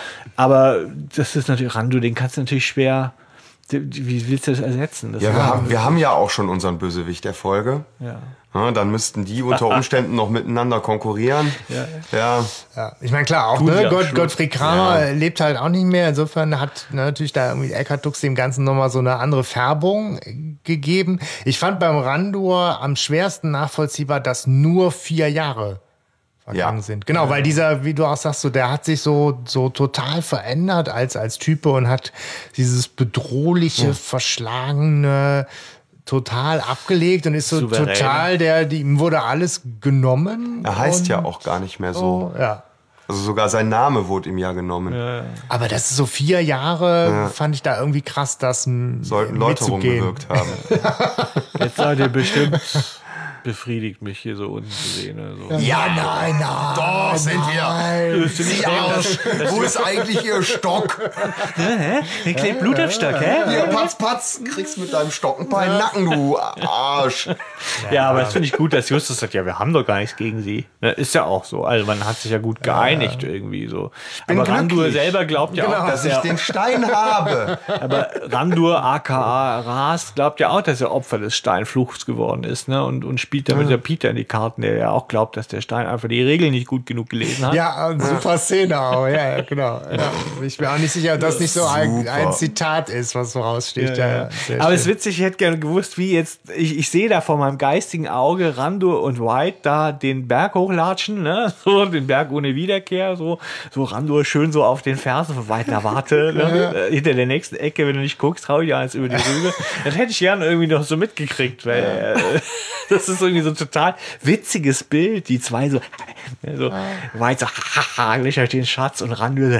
das ist natürlich Randu, den kannst du natürlich schwer, wie willst du das ersetzen? Das wir haben ja auch schon unseren Bösewicht der Folge. Ja, dann müssten die unter Umständen noch miteinander konkurrieren. Ja. Ich meine, klar, auch Gottfried Kramer lebt halt auch nicht mehr. Insofern hat natürlich da irgendwie Eckhard Dux dem Ganzen nochmal so eine andere Färbung gegeben. Ich fand beim Randur am schwersten nachvollziehbar, dass nur 4 Jahre vergangen sind. Genau, weil dieser, wie du auch sagst, so, der hat sich so total verändert als Type und hat dieses bedrohliche, verschlagene total abgelegt und ist so souverän. Total, ihm wurde alles genommen. Er heißt ja auch gar nicht mehr so. Ja. Also sogar sein Name wurde ihm ja genommen. Aber das ist so 4 Jahre, fand ich da irgendwie krass, das sollten Läuterung gewirkt haben. Jetzt seid ihr bestimmt befriedigt, mich hier so unten zu sehen. Also. Ja, nein. Doch, sind wir. Sie Arsch. Wo ist eigentlich Ihr Stock? Hä? Der klebt Blut am Stock, hä? Hier, patz, kriegst mit deinem Stock ein paar in den Nacken, du Arsch. Ja, aber das finde ich gut, dass Justus sagt, ja, wir haben doch gar nichts gegen sie. Ne, ist ja auch so. Also man hat sich ja gut geeinigt irgendwie so. Aber Randur selber glaubt ja auch, dass ich den Stein habe. Aber Randur, aka Ras, glaubt ja auch, dass er Opfer des Steinfluchs geworden ist, ne? Und spielt damit der Peter in die Karten, der ja auch glaubt, dass der Stein einfach die Regeln nicht gut genug gelesen hat. Ja, super Szene auch. Ja, genau. Ja. Ich bin auch nicht sicher, ob das nicht so ein Zitat ist, was so raussteht. Ja. Aber es ist witzig, ich hätte gerne gewusst, wie jetzt, ich sehe da vor meinem geistigen Auge Randur und White da den Berg hochlatschen, ne? So, den Berg ohne Wiederkehr, so Randur schön so auf den Fersen von White, na warte, ne? Hinter der nächsten Ecke, wenn du nicht guckst, hau ich eins über die Rübe. Das hätte ich gerne irgendwie noch so mitgekriegt, weil das ist irgendwie so ein total witziges Bild, die zwei so White so, haha, löchert den Schatz und Randur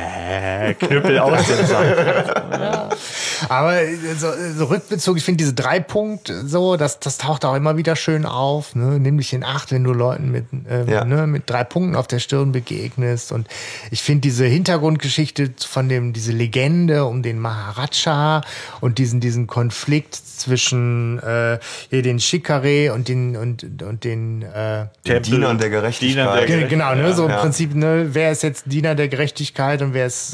so, Knüppel aus dem Sack. Aber so rückbezogen, ich finde diese 3 Punkte so, das taucht auch immer wieder schön auf, ne? Nimm dich in Acht, wenn du Leuten mit 3 Punkten auf der Stirn begegnest. Und ich finde diese Hintergrundgeschichte von diese Legende um den Maharaja und diesen Konflikt zwischen hier den Shikare und den Dienern der Gerechtigkeit. Genau, ne? So im Prinzip, ne? Wer ist jetzt Diener der Gerechtigkeit und wer ist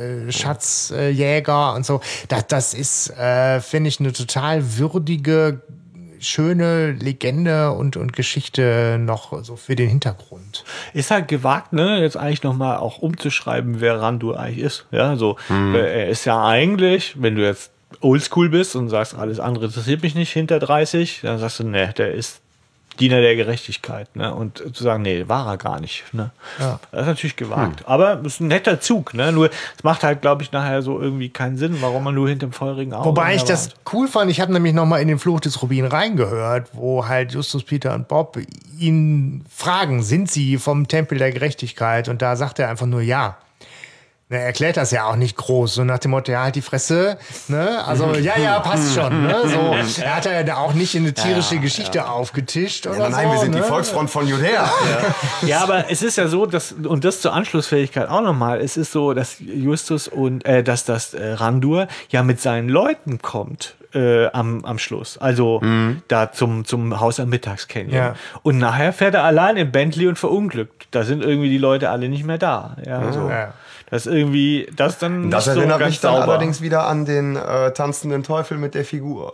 Schatzjäger und so. Das ist, finde ich, eine total würdige, schöne Legende und Geschichte noch so für den Hintergrund. Ist halt gewagt, ne, jetzt eigentlich nochmal auch umzuschreiben, wer Randur eigentlich ist. Ja, so. Er ist ja eigentlich, wenn du jetzt oldschool bist und sagst, alles andere interessiert mich nicht hinter 30, dann sagst du, ne, der ist Diener der Gerechtigkeit, ne? Und zu sagen, nee, war er gar nicht, ne? Ja. Das ist natürlich gewagt. Aber es ist ein netter Zug, ne? Nur, es macht halt, glaube ich, nachher so irgendwie keinen Sinn, warum man nur hinterm feurigen Auge. Wobei ich das cool fand, ich habe nämlich nochmal in den Fluch des Rubin reingehört, wo halt Justus, Peter und Bob ihn fragen, sind sie vom Tempel der Gerechtigkeit? Und da sagt er einfach nur ja. Er erklärt das ja auch nicht groß, so nach dem Motto, ja, halt die Fresse, ne? Also, ja, passt schon, ne? So, er hat ja auch nicht in eine tierische Geschichte aufgetischt oder Nein, so, wir sind ne? die Volksfront von Judäa. Ja, aber es ist ja so, und das zur Anschlussfähigkeit auch nochmal, es ist so, dass Justus und dass das Randur ja mit seinen Leuten kommt. Am Schluss. Also da zum Haus am Mittagscanyon. Ja. Und nachher fährt er allein in Bentley und verunglückt. Da sind irgendwie die Leute alle nicht mehr da. Ja, so. Ja. Das ist irgendwie, das dann Das nicht so erinnert ganz mich dann sauber. allerdings wieder an den tanzenden Teufel mit der Figur.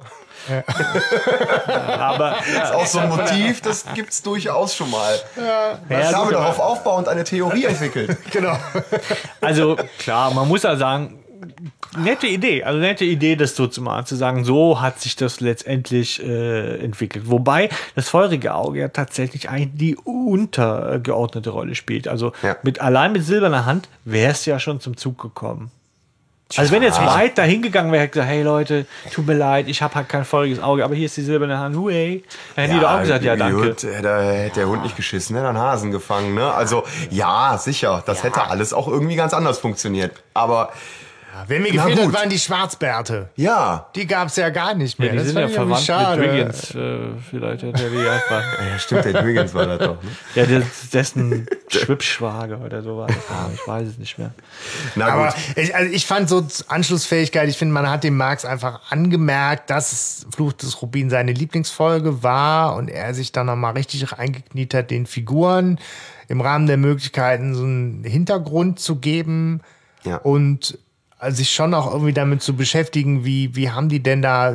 Aber Das ist auch so ein Motiv, das gibt's durchaus schon mal. Ich habe gut, darauf aufbauend eine Theorie entwickelt. Genau. also klar, man muss ja sagen, nette Idee, das so zu machen, zu sagen, so hat sich das letztendlich entwickelt. Wobei das feurige Auge ja tatsächlich eigentlich die untergeordnete Rolle spielt. Also allein mit silberner Hand wäre es ja schon zum Zug gekommen. Also wenn jetzt White da hingegangen wäre, hätte gesagt, hey Leute, tut mir leid, ich habe halt kein feuriges Auge, aber hier ist die silberne Hand, huey. Dann hätten die doch auch gesagt, ja danke. Gut, hätte der Hund nicht geschissen, hätte einen Hasen gefangen. Ne? Also ja, sicher, das hätte alles auch irgendwie ganz anders funktioniert. Aber Wer mir gefehlt hat, waren die Schwarzbärte. ja. Die gab es ja gar nicht mehr. Die das sind ja fand ich irgendwie verwandt mit schade. Driggins. Vielleicht hätte er die einfach. Ja, stimmt, der Driggins war das doch. Ne? Ja, dessen Schwibschwager oder so war das. Ich weiß es nicht mehr. Na Aber gut. ich fand so Anschlussfähigkeit, ich finde, man hat dem Marx einfach angemerkt, dass Fluch des Rubin seine Lieblingsfolge war und er sich dann nochmal richtig reingekniet hat, den Figuren im Rahmen der Möglichkeiten so einen Hintergrund zu geben Ja. und sich schon auch irgendwie damit zu beschäftigen, wie haben die denn da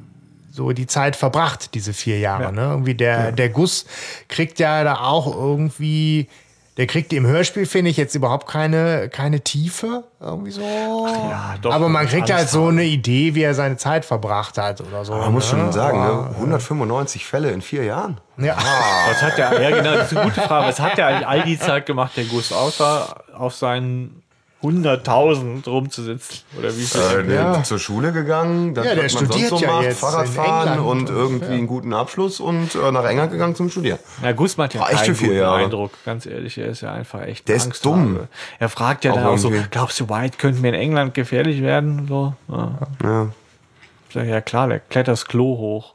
so die Zeit verbracht, diese 4 Jahre. Ja. Ne? Irgendwie der Gus kriegt ja da auch irgendwie, der kriegt im Hörspiel, finde ich, jetzt überhaupt keine Tiefe. Irgendwie so. ja, doch, aber man kriegt halt so Angst eine Idee, wie er seine Zeit verbracht hat oder so. Aber man muss schon ne? sagen, Aber, ne? 195 Fälle in 4 Jahren. Ja. Was hat der, ja genau, das ist eine gute Frage. Was hat der eigentlich all die Zeit gemacht, der Gus, außer auf seinen 100.000 rumzusitzen? Oder wie viel? Ja. Zur Schule gegangen, das Ja, der was man sonst studiert so ja macht, jetzt Fahrrad in fahren England und irgendwie einen guten Abschluss und nach England gegangen zum Studieren. Na, Gus macht ja War echt keinen für 4 guten Jahre. Eindruck, ganz ehrlich. Er ist ja einfach echt Der ist Angst dumm. habe. Er fragt ja Auch dann auch so, irgendwie. glaubst du, White könnte mir in England gefährlich werden? So, ja. Ja. Ich sag, ja klar, der klettert das Klo hoch.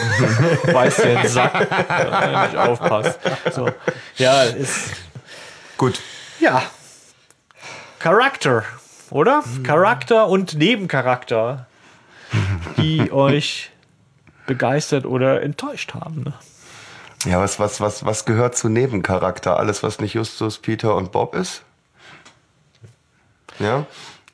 Weiß den Sack, wenn er nicht aufpasst. So. Ja, ist... Gut. Ja. Charakter, oder? Charakter und Nebencharakter, die euch begeistert oder enttäuscht haben. Ne? Ja, was gehört zu Nebencharakter? Alles, was nicht Justus, Peter und Bob ist? Ja.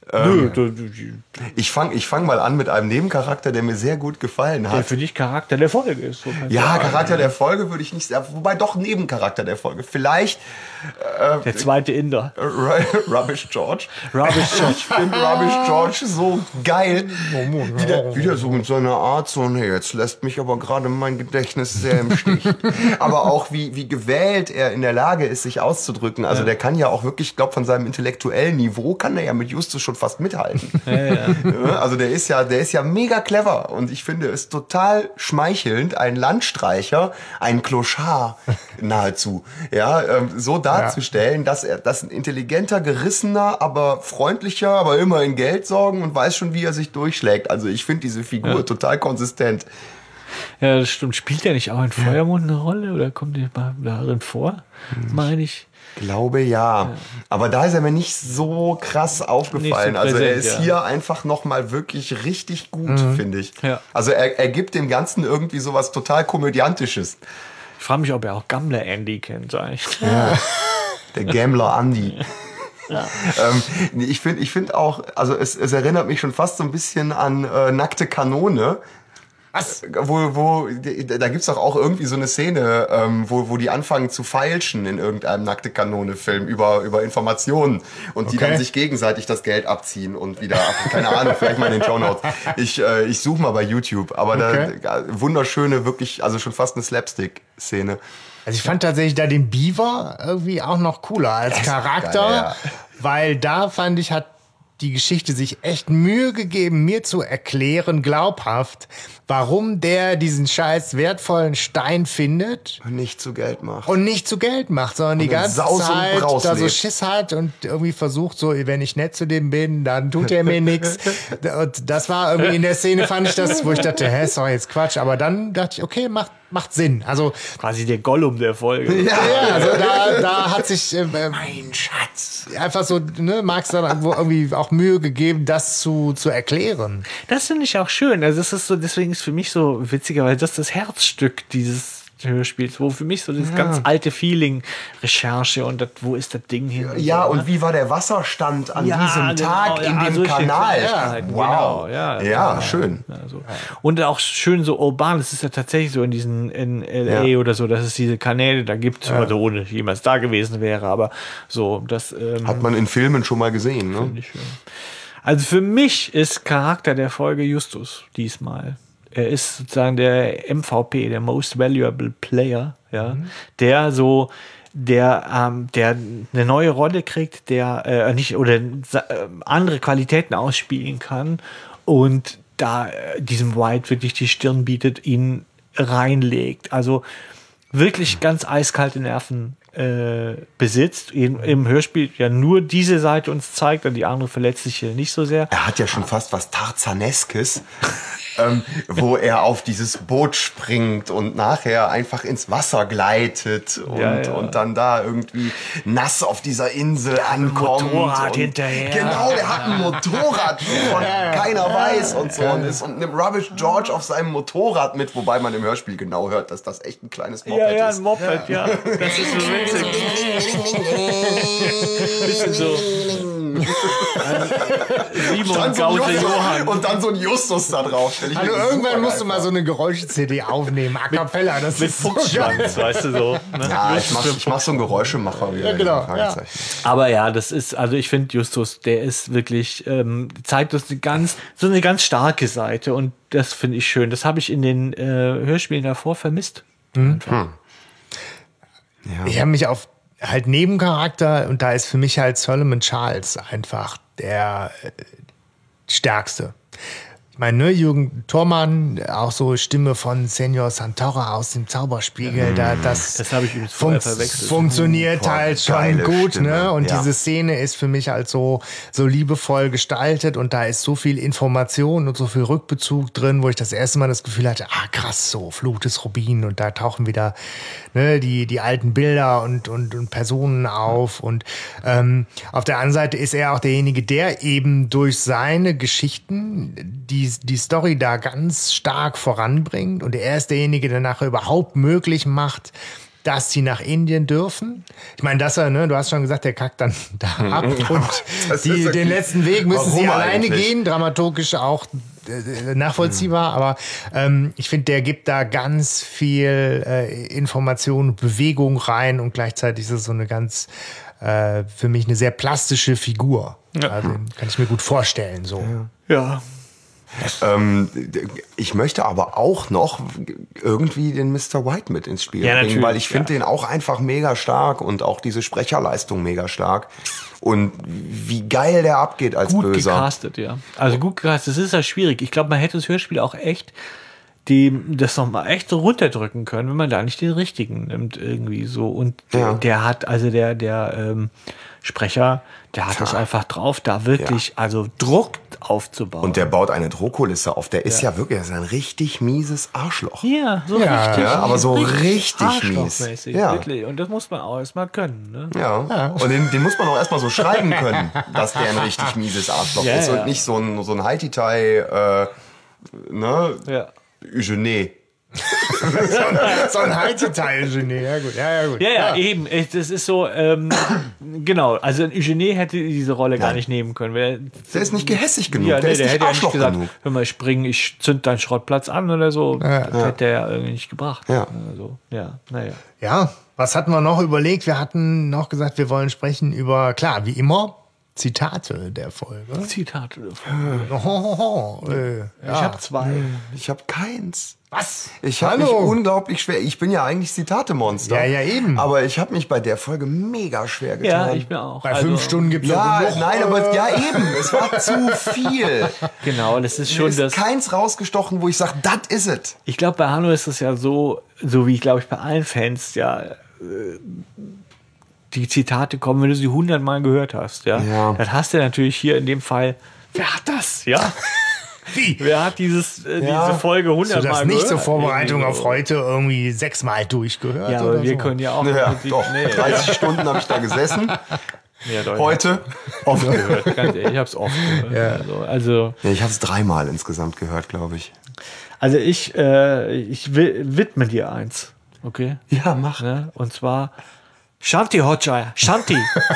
Ich fang mal an mit einem Nebencharakter, der mir sehr gut gefallen der hat. für dich Charakter der Folge ist. So Ja, Charakter der Folge würde ich nicht sagen. Wobei doch Nebencharakter der Folge. Vielleicht der zweite Inder. Rubbish George. Rubbish George. Ich finde Rubbish George so geil. Wie der so mit seiner Art so, nee, jetzt lässt mich aber gerade mein Gedächtnis sehr im Stich. Aber auch wie gewählt er in der Lage ist, sich auszudrücken. Also der kann ja auch wirklich, ich glaube, von seinem intellektuellen Niveau kann er ja mit Justus schon fast mithalten. Ja, also der ist ja mega clever und ich finde es total schmeichelnd, einen Landstreicher, einen Clochard nahezu, so darzustellen, dass er ein intelligenter, gerissener, aber freundlicher, aber immer in Geld sorgen und weiß schon, wie er sich durchschlägt. Also ich finde diese Figur total konsistent. Ja, das stimmt. Spielt der nicht auch in Feuermond eine Rolle oder kommt der mal darin vor? Meine ich. Glaube ja. Aber da ist er mir nicht so krass aufgefallen. Nicht so Also er präsent, ist hier einfach nochmal wirklich richtig gut, finde ich. Ja. Also er gibt dem Ganzen irgendwie sowas total Komödiantisches. Ich frage mich, ob er auch Gammler Andy kennt eigentlich. Der Gambler Andy. Ich finde auch, also es erinnert mich schon fast so ein bisschen an Nackte Kanone. Was? Da gibt's doch auch irgendwie so eine Szene, wo die anfangen zu feilschen in irgendeinem Nackte Kanone-Film über Informationen und die dann sich gegenseitig das Geld abziehen und wieder, keine Ahnung, vielleicht mal in den Shownotes. Ich suche mal bei YouTube, aber da wunderschöne, wirklich, also schon fast eine Slapstick-Szene. Also ich fand tatsächlich da den Beaver irgendwie auch noch cooler als Charakter, geil, ja. weil da fand ich, hat die Geschichte sich echt Mühe gegeben, mir zu erklären, glaubhaft, warum der diesen scheiß wertvollen Stein findet Und nicht zu Geld macht. und nicht zu Geld macht, sondern die in ganze Saus und Zeit Braus da so lebt. Schiss hat und irgendwie versucht, so, wenn ich nett zu dem bin, dann tut er mir nichts. Und das war irgendwie in der Szene, fand ich das, wo ich dachte, hä, ist doch jetzt Quatsch. Aber dann dachte ich, okay, macht Sinn. Also, Quasi der Gollum der Folge. ja, also da hat sich Mein Schatz. einfach so, ne, Marx dann irgendwie auch Mühe gegeben, das zu erklären. Das finde ich auch schön. Also das ist so, deswegen ist für mich so witzigerweise das Herzstück dieses Hörspiels, wo für mich so das ganz alte Feeling, Recherche und wo ist das Ding hin? Ja, so, und ne? wie war der Wasserstand an Ja, diesem genau, Tag ja, in dem solche Kanal? Kleinigkeiten, Wow. genau, ja. Ja, schön. Also. Und auch schön so urban, es ist ja tatsächlich so in L.A. oder so, dass es diese Kanäle da gibt, also ohne jemals da gewesen wäre, aber so, das Hat man in Filmen schon mal gesehen, ne? finde ich schön. Also für mich ist Charakter der Folge Justus diesmal. Er ist sozusagen der MVP, der Most Valuable Player, ja, der eine neue Rolle kriegt, der nicht oder andere Qualitäten ausspielen kann und da diesem White wirklich die Stirn bietet, ihn reinlegt. Also wirklich ganz eiskalte Nerven besitzt. Im Hörspiel ja nur diese Seite uns zeigt und die andere verletzliche nicht so sehr. Er hat ja schon fast was Tarzaneskes, wo er auf dieses Boot springt und nachher einfach ins Wasser gleitet und dann da irgendwie nass auf dieser Insel ankommt. Motorrad und hinterher. Genau, der hat ein Motorrad, von keiner weiß und so und nimmt Rubbish George auf seinem Motorrad mit, wobei man im Hörspiel genau hört, dass das echt ein kleines Moped Ja, ist. ein Moped, ja. Das ist so witzig. Bisschen so. Simon Dann so ein Gause Justus- Johann. und dann so ein Justus da drauf. Stell ich Also mir irgendwann super musst du geil mal so eine Geräusche-CD aufnehmen, a cappella, das Mit ist so geil. Fuchsschwanz, weißt du so. Ne? vor. Ja, ich mach so einen Geräuschemacher wieder. Ja, genau, Fragezeichen. Aber ja, das ist, also ich finde Justus, der ist wirklich, zeigt uns eine ganz starke Seite und das finde ich schön. Das habe ich in den Hörspielen davor vermisst. Ich habe mich auf halt Nebencharakter und da ist für mich halt Solomon Charles einfach der stärkste. Ich meine, ne, Jürgen Thormann, auch so Stimme von Senior Santora aus dem Zauberspiegel, Das habe ich übrigens vorher verwechselt. funktioniert Super halt schon geile gut, Stimme, ne? Und ja. diese Szene ist für mich halt so liebevoll gestaltet und da ist so viel Information und so viel Rückbezug drin, wo ich das erste Mal das Gefühl hatte, krass, so Flut des Rubin und da tauchen wieder ne, die alten Bilder und Personen auf und auf der anderen Seite ist er auch derjenige, der eben durch seine Geschichten die Story da ganz stark voranbringt und er ist derjenige, der nachher überhaupt möglich macht, dass sie nach Indien dürfen. Ich meine, du hast schon gesagt, der kackt dann da ab und Das ist den letzten Weg müssen sie Warum alleine eigentlich? gehen, dramaturgisch auch nachvollziehbar, aber ich finde, der gibt da ganz viel Information und Bewegung rein und gleichzeitig ist es so eine ganz für mich eine sehr plastische Figur. Also, kann ich mir gut vorstellen. So. Ja. Ich möchte aber auch noch irgendwie den Mr. White mit ins Spiel Ja, bringen, natürlich, weil ich finde den auch einfach mega stark und auch diese Sprecherleistung mega stark. Und wie geil der abgeht als Gut Böser. gecastet, ja. Also gut gecastet, das ist ja schwierig. Ich glaube, man hätte das Hörspiel auch echt das noch mal echt so runterdrücken können, wenn man da nicht den richtigen nimmt irgendwie so. Und der hat, also der Sprecher, der hat es einfach drauf, da wirklich, also Druck aufzubauen. Und der baut eine Drohkulisse auf. Der ist ja wirklich das ist ein richtig mieses Arschloch. ja, so Ja, richtig. ja, aber so richtig arschlochmäßig, mies. Ja. wirklich. Und das muss man auch erstmal können, ne? Ja. Und den muss man auch erstmal so schreiben können, dass der ein richtig mieses Arschloch Ja, ist ja. und nicht so ein Haititai, ne? Ja. Eugenie. So ein Haiti-Teil-Genie. Ja, gut. Ja, gut. Ja, eben. Das ist so, genau. Also ein Eugenie hätte diese Rolle gar nicht nehmen können. Der ist nicht gehässig genug. Ja, der nee, ist der nicht hätte ja nicht Arschloch gesagt, genug. wenn wir springen, ich zünd deinen Schrottplatz an oder so. Das hätte er ja irgendwie nicht gebracht. Ja. Also, ja, naja. Ja, was hatten wir noch überlegt? Wir hatten noch gesagt, wir wollen sprechen über, klar, wie immer, Zitate der Folge. Zitate. Ja. Ich habe 2. Ich habe keins. Was? Ich habe mich unglaublich schwer. Ich bin ja eigentlich Zitate-Monster. Ja, eben. Aber ich habe mich bei der Folge mega schwer getan. Ja, ich bin auch. Bei 5 Stunden gibt es Ja, genug. nein, aber ja eben. Es war zu viel. Genau, das ist schon Mir ist keins rausgestochen, wo ich sage, das is it. Ich glaube, bei Hanno ist es ja so wie ich glaube ich bei allen Fans, ja, die Zitate kommen, wenn du sie 100-mal gehört hast. Ja? Ja. Das hast du natürlich hier in dem Fall. Wer hat das? Ja. Wie? Wer hat diese Folge 100-mal Hast du das gehört? nicht zur Vorbereitung Irgendwie auf heute irgendwie 6-mal durchgehört? Ja, oder aber wir so? können ja auch. Ja, im Prinzip- doch. Nee, 30 Stunden habe ich da gesessen. ja, doch, Heute. oft gehört. Ganz ehrlich, ich habe es oft gehört. Also Ja, ich habe es 3-mal insgesamt gehört, glaube ich. ich widme dir eins. Okay? Ja, mach. Ne? Und zwar Shanti Hotjai. Shanti.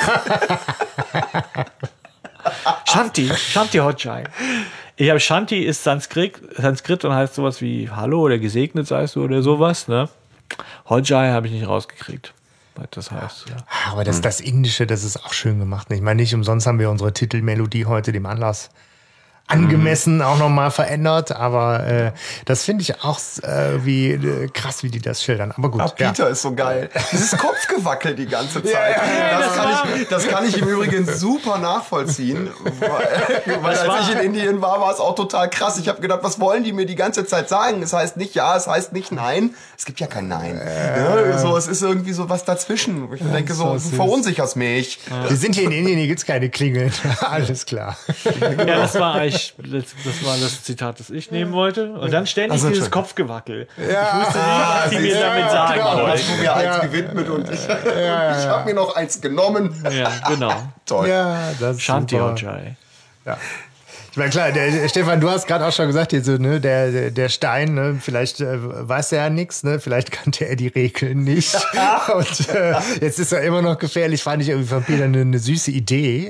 Shanti Hotjai. Ich habe Shanti ist Sanskrit und heißt sowas wie Hallo oder gesegnet seist du oder sowas. Ne? Hotjai habe ich nicht rausgekriegt, was das heißt. Ja. Aber das Indische, das ist auch schön gemacht. Ich meine, nicht umsonst haben wir unsere Titelmelodie heute dem Anlass angemessen auch nochmal verändert, aber das finde ich auch krass, wie die das schildern. Aber gut. Ah, Peter ist so geil. Dieses Kopfgewackel die ganze Zeit. Das kann ich im Übrigen super nachvollziehen. Weil als ich in Indien war es auch total krass. Ich habe gedacht, was wollen die mir die ganze Zeit sagen? Es heißt nicht ja, es heißt nicht nein. Es gibt ja kein Nein. Ja, so, es ist irgendwie so was dazwischen. Ich denke so, du verunsicherst mich. Wir sind hier in Indien, hier gibt es keine Klingeln. Alles klar. Ja, das war das Zitat, das ich nehmen wollte. Und dann ständig dieses Kopfgewackel. Ich wusste nicht, was die mir damit sagen Hast wollten. du mir eins gewidmet und ich habe mir noch eins genommen. Ja, genau. Toll. Ja, das ist Shanti super. Hotjai. Ja. Ich meine, klar, Stefan, du hast gerade auch schon gesagt, hier so, ne, der Stein, ne, vielleicht weiß er ja nichts, ne, vielleicht kannte er die Regeln nicht. Und jetzt ist er immer noch gefährlich, fand ich irgendwie von Peter eine süße Idee.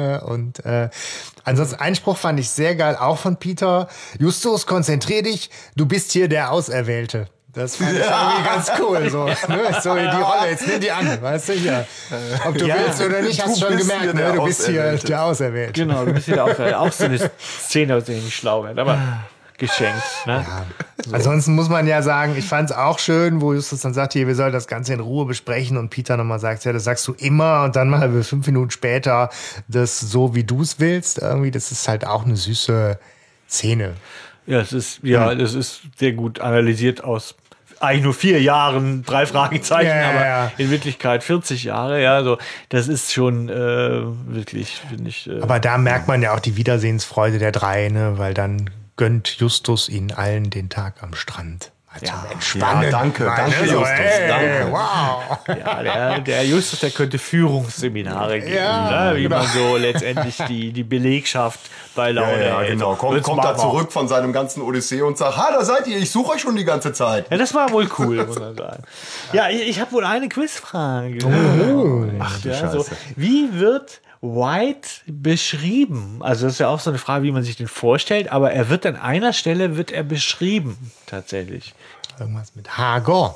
Ansonsten Einspruch fand ich sehr geil, auch von Peter. Justus, konzentrier dich, du bist hier der Auserwählte. Das fand ich irgendwie ganz cool. So, ne? So die Rolle, jetzt nimm die an, weißt du hier. Ob du willst oder nicht, hast du schon bist gemerkt, hier ne? der Du bist hier Auserwählte. der Auserwählte. Genau, du bist wieder auch so eine Szene, aus der ich nicht schlau werde, aber geschenkt. Ne? Ansonsten muss man ja sagen, ich fand es auch schön, wo Justus dann sagt, hier, wir sollen das Ganze in Ruhe besprechen und Peter nochmal sagt, ja, das sagst du immer und dann machen wir 5 Minuten später das so, wie du es willst. Irgendwie, das ist halt auch eine süße Szene. Ja, das ist sehr gut analysiert aus eigentlich nur 4 Jahren, 3 Fragezeichen, aber in Wirklichkeit 40 Jahre. Ja, so das ist schon wirklich, finde ich. Aber da merkt man ja auch die Wiedersehensfreude der 3, ne? Weil dann gönnt Justus ihnen allen den Tag am Strand. Zum Entspannen. Ja, danke, danke, so, Justus, danke. Wow. Ja, der Justus, der könnte Führungsseminare geben, ne? Wie man so letztendlich die Belegschaft bei Laune Ja, hält. genau. Kommt da zurück von seinem ganzen Odyssee und sagt, ha, da seid ihr, ich suche euch schon die ganze Zeit. Ja, das war wohl cool, muss man sagen. Ja, ich habe wohl eine Quizfrage. Ach du Ja, Scheiße. so, wie wird White beschrieben? Also das ist ja auch so eine Frage, wie man sich den vorstellt, aber er wird an einer Stelle beschrieben, tatsächlich. Irgendwas mit Hager.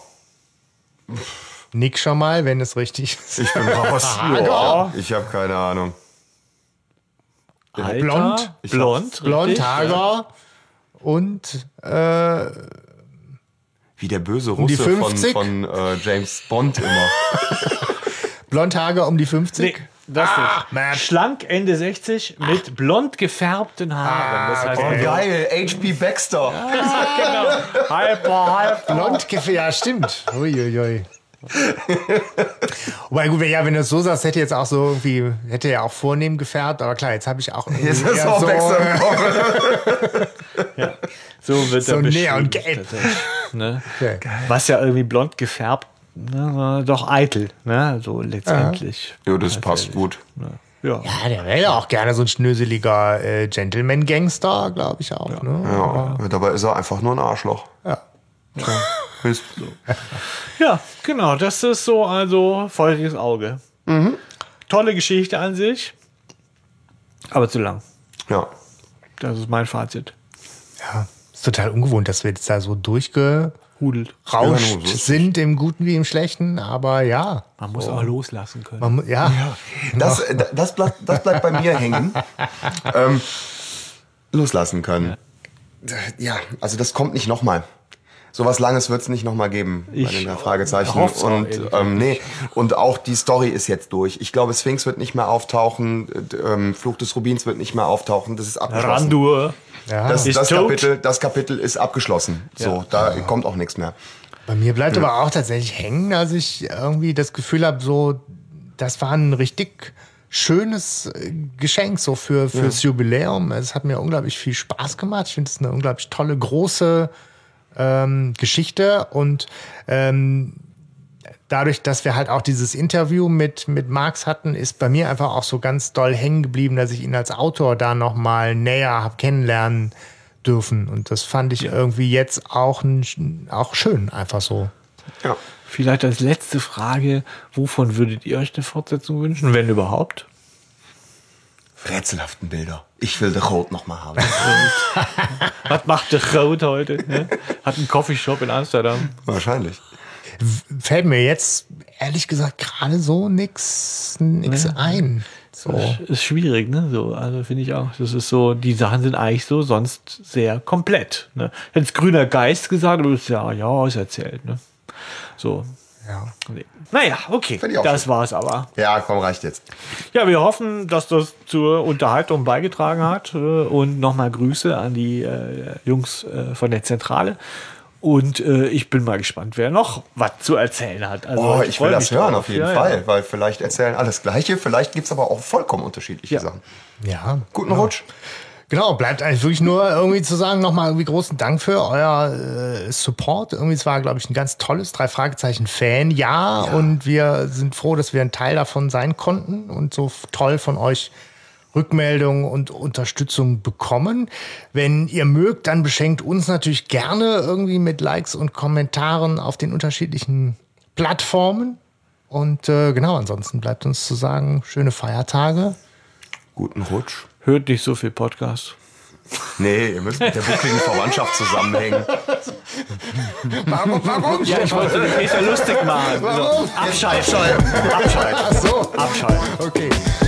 Nick schon mal, wenn es richtig ist. Ich bin raus. Ja. Ich habe keine Ahnung. Alter, Blond. Blond, Blond, richtig, Hager und Wie der böse die Russe 50? von James Bond immer. Blond Hager um die 50. Nee, das nicht. man. Schlank Ende 60 mit blond gefärbten Haaren. Das heißt, Oh, geil, H.P. Baxter. genau. Halb. Blond, ja, stimmt. Uiuiui. Wobei gut, ja, wenn du es so sagst, hätte jetzt auch so irgendwie, hätte ja auch vornehm gefärbt, aber klar, jetzt habe ich auch Jetzt ist eher auch so, Baxter im Kopf. So wird So er beschrieben. neongelb. tatsächlich, Ne? Okay. Was ja irgendwie blond gefärbt, ne, doch eitel, ne? So letztendlich. Ja, das passt gut. Ja. Ja, der wäre ja auch gerne so ein schnöseliger Gentleman-Gangster, glaube ich auch. Ne? Ja, dabei ist er einfach nur ein Arschloch. Ja. Ist Ja, genau. Das ist so also feuriges Auge. Tolle Geschichte an sich, aber zu lang. Ja. Das ist mein Fazit. Ja, ist total ungewohnt, dass wir jetzt da so durchgehuscht rauscht, sind im Guten wie im Schlechten, aber ja. Man muss auch loslassen können. Das bleibt bei mir hängen. Loslassen können. Ja, also das kommt nicht nochmal. Sowas Langes wird es nicht nochmal geben bei den drei Fragezeichen. Und auch die Story ist jetzt durch. Ich glaube, Sphinx wird nicht mehr auftauchen, Fluch des Rubins wird nicht mehr auftauchen. Das ist abgeschlossen. Randur. Ja. Das Kapitel ist abgeschlossen. So, da kommt auch nichts mehr. Bei mir bleibt aber auch tatsächlich hängen, dass ich irgendwie das Gefühl habe, so, das war ein richtig schönes Geschenk so fürs Jubiläum. Es hat mir unglaublich viel Spaß gemacht. Ich finde es eine unglaublich tolle, große Geschichte und dadurch, dass wir halt auch dieses Interview mit Marx hatten, ist bei mir einfach auch so ganz doll hängen geblieben, dass ich ihn als Autor da noch mal näher habe kennenlernen dürfen. Und das fand ich irgendwie jetzt auch schön, einfach so. Ja. Vielleicht als letzte Frage, wovon würdet ihr euch eine Fortsetzung wünschen, wenn überhaupt? Rätselhaften Bilder. Ich will den Rot noch mal haben. Was macht der Rot heute? Ne? Hat einen Coffeeshop in Amsterdam. Wahrscheinlich. Fällt mir jetzt ehrlich gesagt gerade so nix ein. So. Ist schwierig, ne? So, also finde ich auch. Das ist so, die Sachen sind eigentlich so sonst sehr komplett. Ne? Hätte es Grüner Geist gesagt, aber ist ist erzählt. Ne? So. Ja. Nee. Naja, okay. Das war's aber. Ja, komm, reicht jetzt. Ja, wir hoffen, dass das zur Unterhaltung beigetragen hat. Und nochmal Grüße an die Jungs von der Zentrale. Und ich bin mal gespannt, wer noch was zu erzählen hat. Also, ich will das hören auf jeden Fall, weil vielleicht erzählen alles Gleiche, vielleicht gibt es aber auch vollkommen unterschiedliche Sachen. Ja. Guten Rutsch. Genau, bleibt eigentlich wirklich nur irgendwie zu sagen, nochmal irgendwie großen Dank für euer Support. Irgendwie, es war, glaube ich, ein ganz tolles 3-Fragezeichen-Fan. Ja, und wir sind froh, dass wir ein Teil davon sein konnten und so toll von euch Rückmeldungen und Unterstützung bekommen. Wenn ihr mögt, dann beschenkt uns natürlich gerne irgendwie mit Likes und Kommentaren auf den unterschiedlichen Plattformen. Und ansonsten bleibt uns zu sagen, schöne Feiertage. Guten Rutsch. Hört nicht so viel Podcast. Nee, ihr müsst mit der buckligen Verwandtschaft zusammenhängen. Warum? Ja, ich wollte mich nicht so lustig machen. Warum? Abschalten. Ach so. Abschalten. Okay.